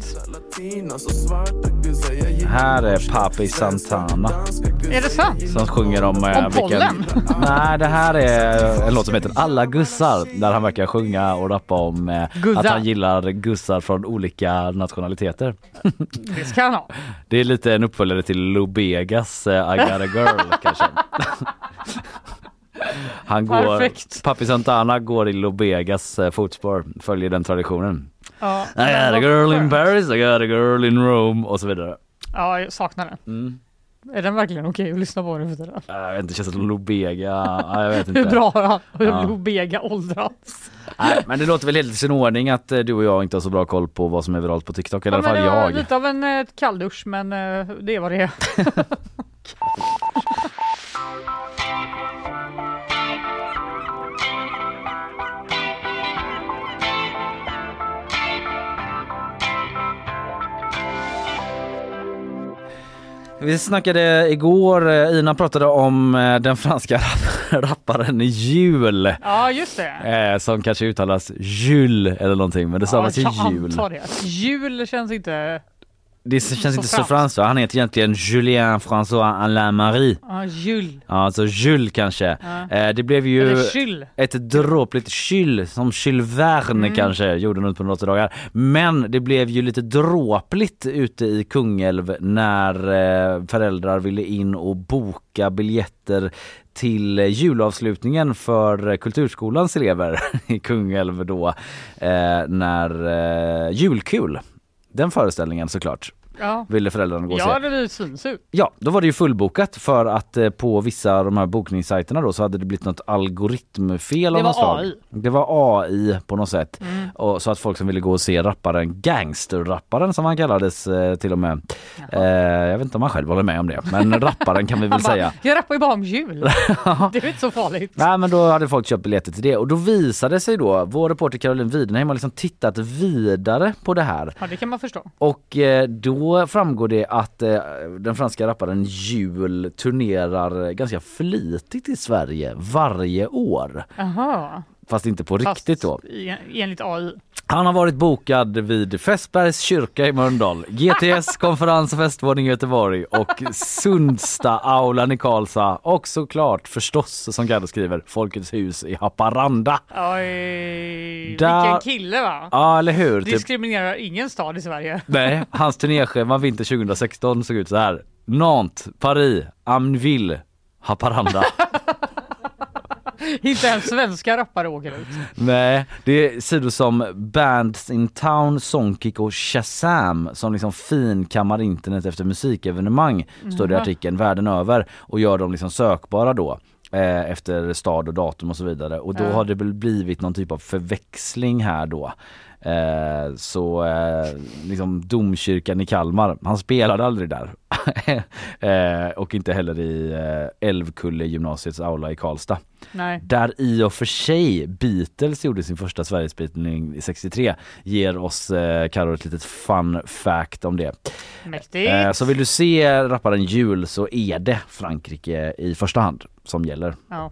Här är Papi Santana. Är det sant? Som sjunger om... Eh, Om pollen? Nej, det här är en låt som heter Alla gussar. Där han verkar sjunga och rappa om eh, Guzzar. att han gillar gussar från olika nationaliteter. Det ska han ha. Det är lite en uppföljare till Lobegas eh, I got a girl kanske. Han går, Perfekt. Papi Santana går i Lobegas eh, fotspår, följer den traditionen. Ja, I got a girl in Paris, I got a girl in Rome och så vidare. Ja, jag saknar den. Mm. Är den verkligen okej att lyssna på den för tiden? Jag vet inte, det känns som Lobega. Ja, jag vet inte. Hur bra har han? Hur Ja. Lobega åldrats? Nej, men det låter väl helt i sin ordning att eh, du och jag inte har så bra koll på vad som är viralt på TikTok. Eller i alla fall det var jag. lite av en eh, kalldusch, men eh, det är vad det är. Vi snackade igår, eh, Ina pratade om eh, den franska rap- rapparen Jul. Ja, just det. Eh, som kanske uttalas Jules eller någonting, men det stavas ju jag Jul. antar det. Jul känns inte... Det känns Så inte så franskt. franskt. Han heter egentligen Julien François Alain Marie. Ja, Jul. Ja, alltså Jules kanske. Ja. Eh, det blev ju Eller Jules. ett dråpligt Jules, som Jules Verne Mm. kanske gjorde något på några dagar. Men det blev ju lite dråpligt ute i Kungälv när eh, föräldrar ville in och boka biljetter till julavslutningen för kulturskolans elever i Kungälv då, eh, när eh, julkul, den föreställningen såklart. Ja. ville föräldrarna gå och se. Ja, det blir synsut. Ja, då var det ju fullbokat för att eh, på vissa av de här bokningssajterna då så hade det blivit något algoritmfel av Det var något slag. A I. Det var A I på något sätt. Mm. Och så att folk som ville gå och se rapparen, gangsterrapparen som han kallades eh, till och med. Eh, jag vet inte om han själv håller med om det, men rapparen kan vi väl Han bara, säga. jag rappar ju bara om jul. Det är inte så farligt. Nej, men då hade folk köpt biljetter till det och då visade sig då, vår reporter Caroline Widenheim har liksom tittat vidare på det här. Ja, det kan man förstå. Och eh, då framgår det att eh, den franska rapparen Jul turnerar ganska flitigt i Sverige varje år. Aha. Fast inte på Fast riktigt då. i- enligt A I. Han har varit bokad vid Fässbergs kyrka i Mölndal, G T S konferens och festvåning i Göteborg och Sundsta aulan i Karlstad och såklart förstås som Gardo skriver Folkets hus i Haparanda. Oj, Där- vilken kille va? Ja, eller hur? Typ, Diskriminerar ingen stad i Sverige. nej, hans turnéschema vinter tjugohundrasexton såg ut så här. Nantes, Paris, Amneville, Haparanda. Inte ens svenska rappare åker ut. Nej, det är sidor som Bands in Town, Songkick och Shazam som liksom finkammar internet efter musikevenemang, står det i Mhm. artikeln, världen över och gör dem liksom sökbara då eh, efter stad och datum och så vidare. Och då Ja. har det väl blivit någon typ av förväxling här då. Eh, så eh, liksom domkyrkan i Kalmar, han spelade aldrig där. eh, och inte heller i eh, Älvkulle gymnasiets aula i Karlstad. Nej. Där i och för sig Beatles gjorde sin första Sverigespelning i sextiotre, ger oss eh, Karo ett litet fun fact om det. Mäktigt. Eh, så vill du se rapparen Jul så är det Frankrike i första hand som gäller. Ja.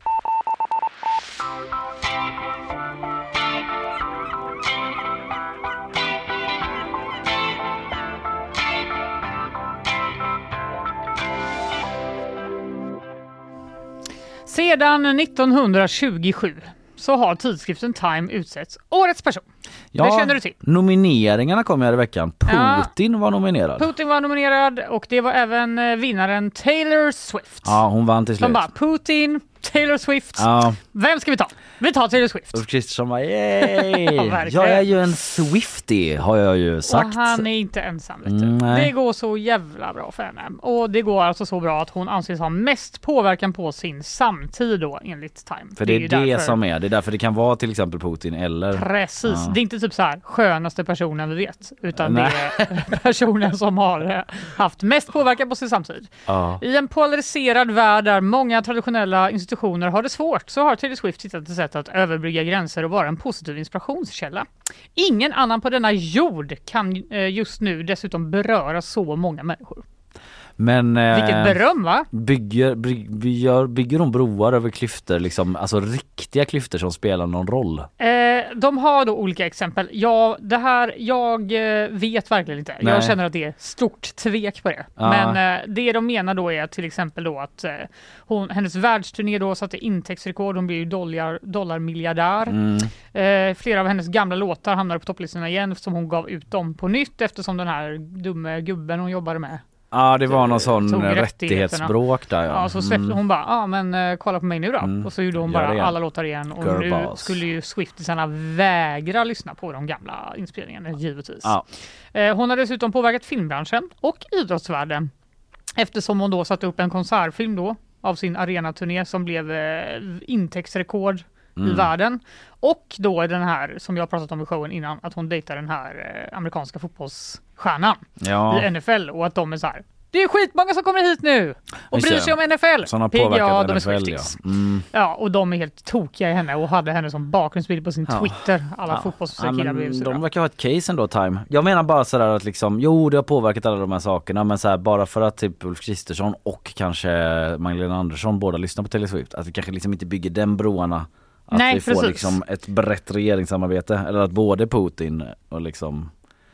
Sedan nittonhundratjugosju så har tidskriften Time utsetts årets person. Ja, det känner du till. Nomineringarna kom här i veckan. Putin Ja. var nominerad. Putin var nominerad och det var även eh, vinnaren Taylor Swift. Ja, hon vann till De slut. bara Putin, Taylor Swift. Ja. Vem ska vi ta? Vi tar Taylor Swift. Ulf Kristersson bara, yay! Ja, verkligen. Jag är ju en Swiftie, har jag ju sagt. Och han är inte ensam. Vet du. Mm, nej. Det går så jävla bra för henne. Och det går alltså så bra att hon anses ha mest påverkan på sin samtid då enligt Time. För det är ju det, därför- som är, det är därför det kan vara till exempel Putin eller... Precis, Ja. det är inte typ så här skönaste personen vi vet, utan Nej. det är personen som har eh, haft mest påverkan på sin samtid. Ja. I en polariserad värld där många traditionella institutioner har det svårt så har Taylor Swift hittat ett sätt att överbrygga gränser och vara en positiv inspirationskälla. Ingen annan på denna jord kan eh, just nu dessutom beröra så många människor. Men, eh, Vilket beröm va? Bygger, by, bygger, bygger de broar över klyftor, liksom, alltså riktiga klyftor som spelar någon roll? Eh, de har då olika exempel. Ja, det här, jag eh, vet verkligen inte. Nej. Jag känner att det är stort tvek på det. Ja. Men eh, det de menar då är till exempel då att eh, hon, hennes världsturné då satte intäktsrekord. Hon blev ju dollar, dollarmiljardär. Mm. Eh, flera av hennes gamla låtar hamnade på topplistorna igen eftersom hon gav ut dem på nytt eftersom den här dumme gubben hon jobbade med. Ja, det var någon sån tog rättighetsbråk där. Ja, Ja, så släppte Mm. hon bara, ja men eh, kolla på mig nu då. Mm. Och så gjorde hon Gör det bara igen. alla låtar igen. Och Girl nu boss. skulle ju Swiftisarna vägra lyssna på de gamla inspelningarna, givetvis. Ja. Eh, hon har dessutom påverkat filmbranschen och idrottsvärlden. Eftersom hon då satte upp en konsertfilm då av sin arenaturné som blev eh, intäktsrekord i Mm. världen. Och då den här, som jag pratat om i showen innan, att hon dejtar den här eh, amerikanska fotbollsstjärnan Ja. i N F L och att de är så här. Det är skitmånga som kommer hit nu och Just bryr det. sig om N F L. Som har P G A, påverkat de är N F L, Swifties. ja. Mm. Ja, och de är helt tokiga i henne och hade henne som bakgrundsbild på sin Ja. Twitter. Alla Ja. fotbollskillar Ja, blev men sura. de verkar ha ett case ändå, Time. Jag menar bara sådär att liksom, jo det har påverkat alla de här sakerna, men så här, bara för att typ Ulf Kristersson och kanske Magdalena Andersson båda lyssnar på Taylor Swift, att vi kanske liksom inte bygger den broarna. Att Nej, vi får precis. liksom ett brett regeringssamarbete, eller att både Putin och liksom...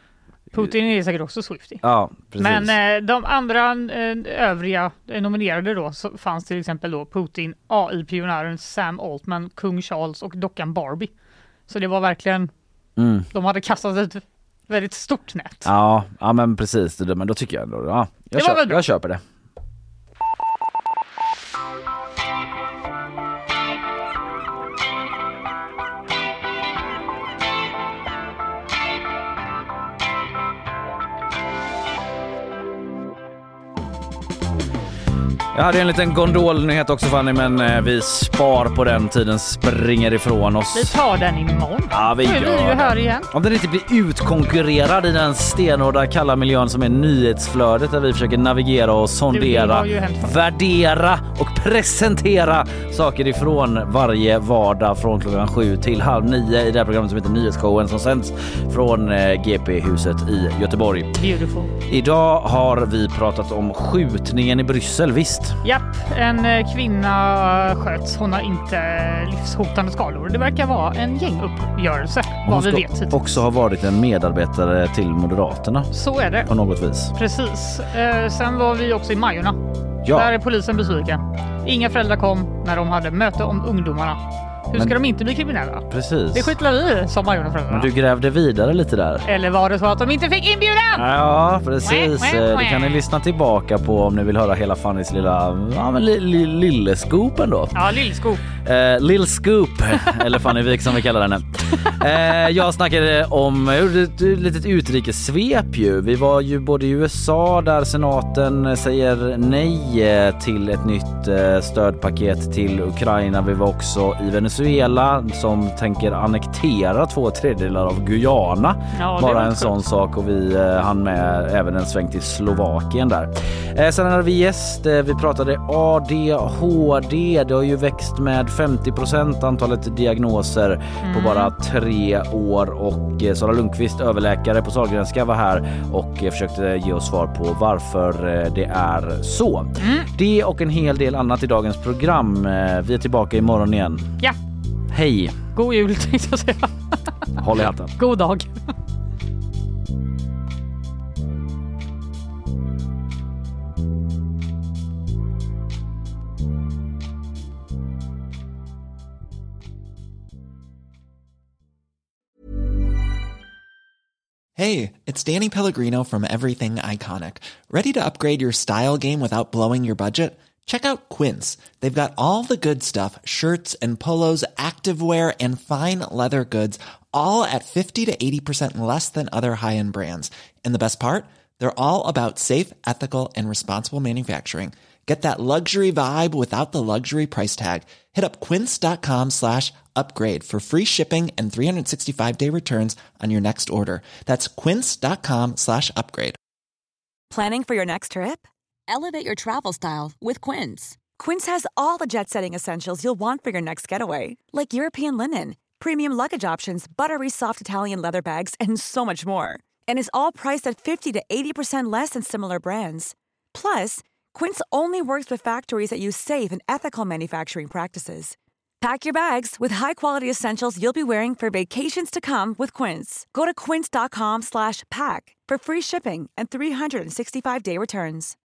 Putin är säkert också Swiftie. Ja, precis. Men eh, de andra eh, övriga eh, nominerade då så fanns till exempel då Putin, A I-pionjären Sam Altman, kung Charles och dockan Barbie. Så det var verkligen, Mm. de hade kastat ett väldigt stort nät. Ja, ja men precis, det, men då tycker jag ändå, ja, jag, Det var väl köp, bra. jag köper det. Jag hade en liten gondolnyhet också, Fanny, men vi spar på den, tiden springer ifrån oss. Vi tar den imorgon. Ja, vi Då är gör vi ju det. här igen. Om den inte blir utkonkurrerad i den stenhårda kalla miljön som är nyhetsflödet, där vi försöker navigera och sondera, värdera och presentera saker ifrån varje vardag från klockan sju till halv nio i det här programmet som heter Nyhetsshowen, som sänds från G P-huset i Göteborg. Beautiful. Idag har vi pratat om skjutningen i Bryssel, visst? Japp, en kvinna sköts. Hon har inte livshotande skador. Det verkar vara en gänguppgörelse, vad vi vet hittills. Hon också har varit en medarbetare till Moderaterna. Så är det. På något vis. Precis. Eh, sen var vi också i Majorna. Ja. Där är polisen besviken. Inga föräldrar kom när de hade möte om ungdomarna. Hur ska Men... de inte bli kriminella? Precis. Det skitlar vi som Majorna föräldrar. Men du grävde vidare lite där. Eller var det så att de inte fick inbjudan? Ja, precis. Det kan ni lyssna tillbaka på om ni vill höra hela Fannys lilla ja, men li, li, lilleskop ändå. Ja, lilleskop. Eh, Lill Scoop, eller Fanny Wik som vi kallar henne. Eh, jag snackade om ett litet utrikessvep ju. Vi var ju både i U S A där senaten säger nej till ett nytt eh, stödpaket till Ukraina. Vi var också i Venezuela som tänker annektera två tredjedelar av Guyana. Ja, bara en sån sak, och vi eh, hann med även en sväng till Slovakien där. Eh, sen hade vi gäst, eh, vi pratade A D H D. Det har ju växt med femtio procent antalet diagnoser mm. på bara tre år, och eh, Sara Lundqvist, överläkare på Sahlgrenska, var här och eh, försökte ge oss svar på varför eh, det är så. Mm. Det och en hel del annat i dagens program. Eh, vi är tillbaka imorgon igen. Ja. Hej. God jul, tänkte jag säga. Håll i hatten. God dag. Hey, it's Danny Pellegrino from Everything Iconic. Ready to upgrade your style game without blowing your budget? Check out Quince. They've got all the good stuff, shirts and polos, activewear, and fine leather goods, all at fifty to eighty percent less than other high-end brands. And the best part? They're all about safe, ethical, and responsible manufacturing. Get that luxury vibe without the luxury price tag. Hit up quince.com slash upgrade for free shipping and three sixty-five day returns on your next order. That's quince.com slash upgrade. Planning for your next trip? Elevate your travel style with Quince. Quince has all the jet-setting essentials you'll want for your next getaway, like European linen, premium luggage options, buttery soft Italian leather bags, and so much more. And is all priced at fifty to eighty percent less than similar brands. Plus, Quince only works with factories that use safe and ethical manufacturing practices. Pack your bags with high-quality essentials you'll be wearing for vacations to come with Quince. Go to quince.com slash pack for free shipping and three sixty-five day returns.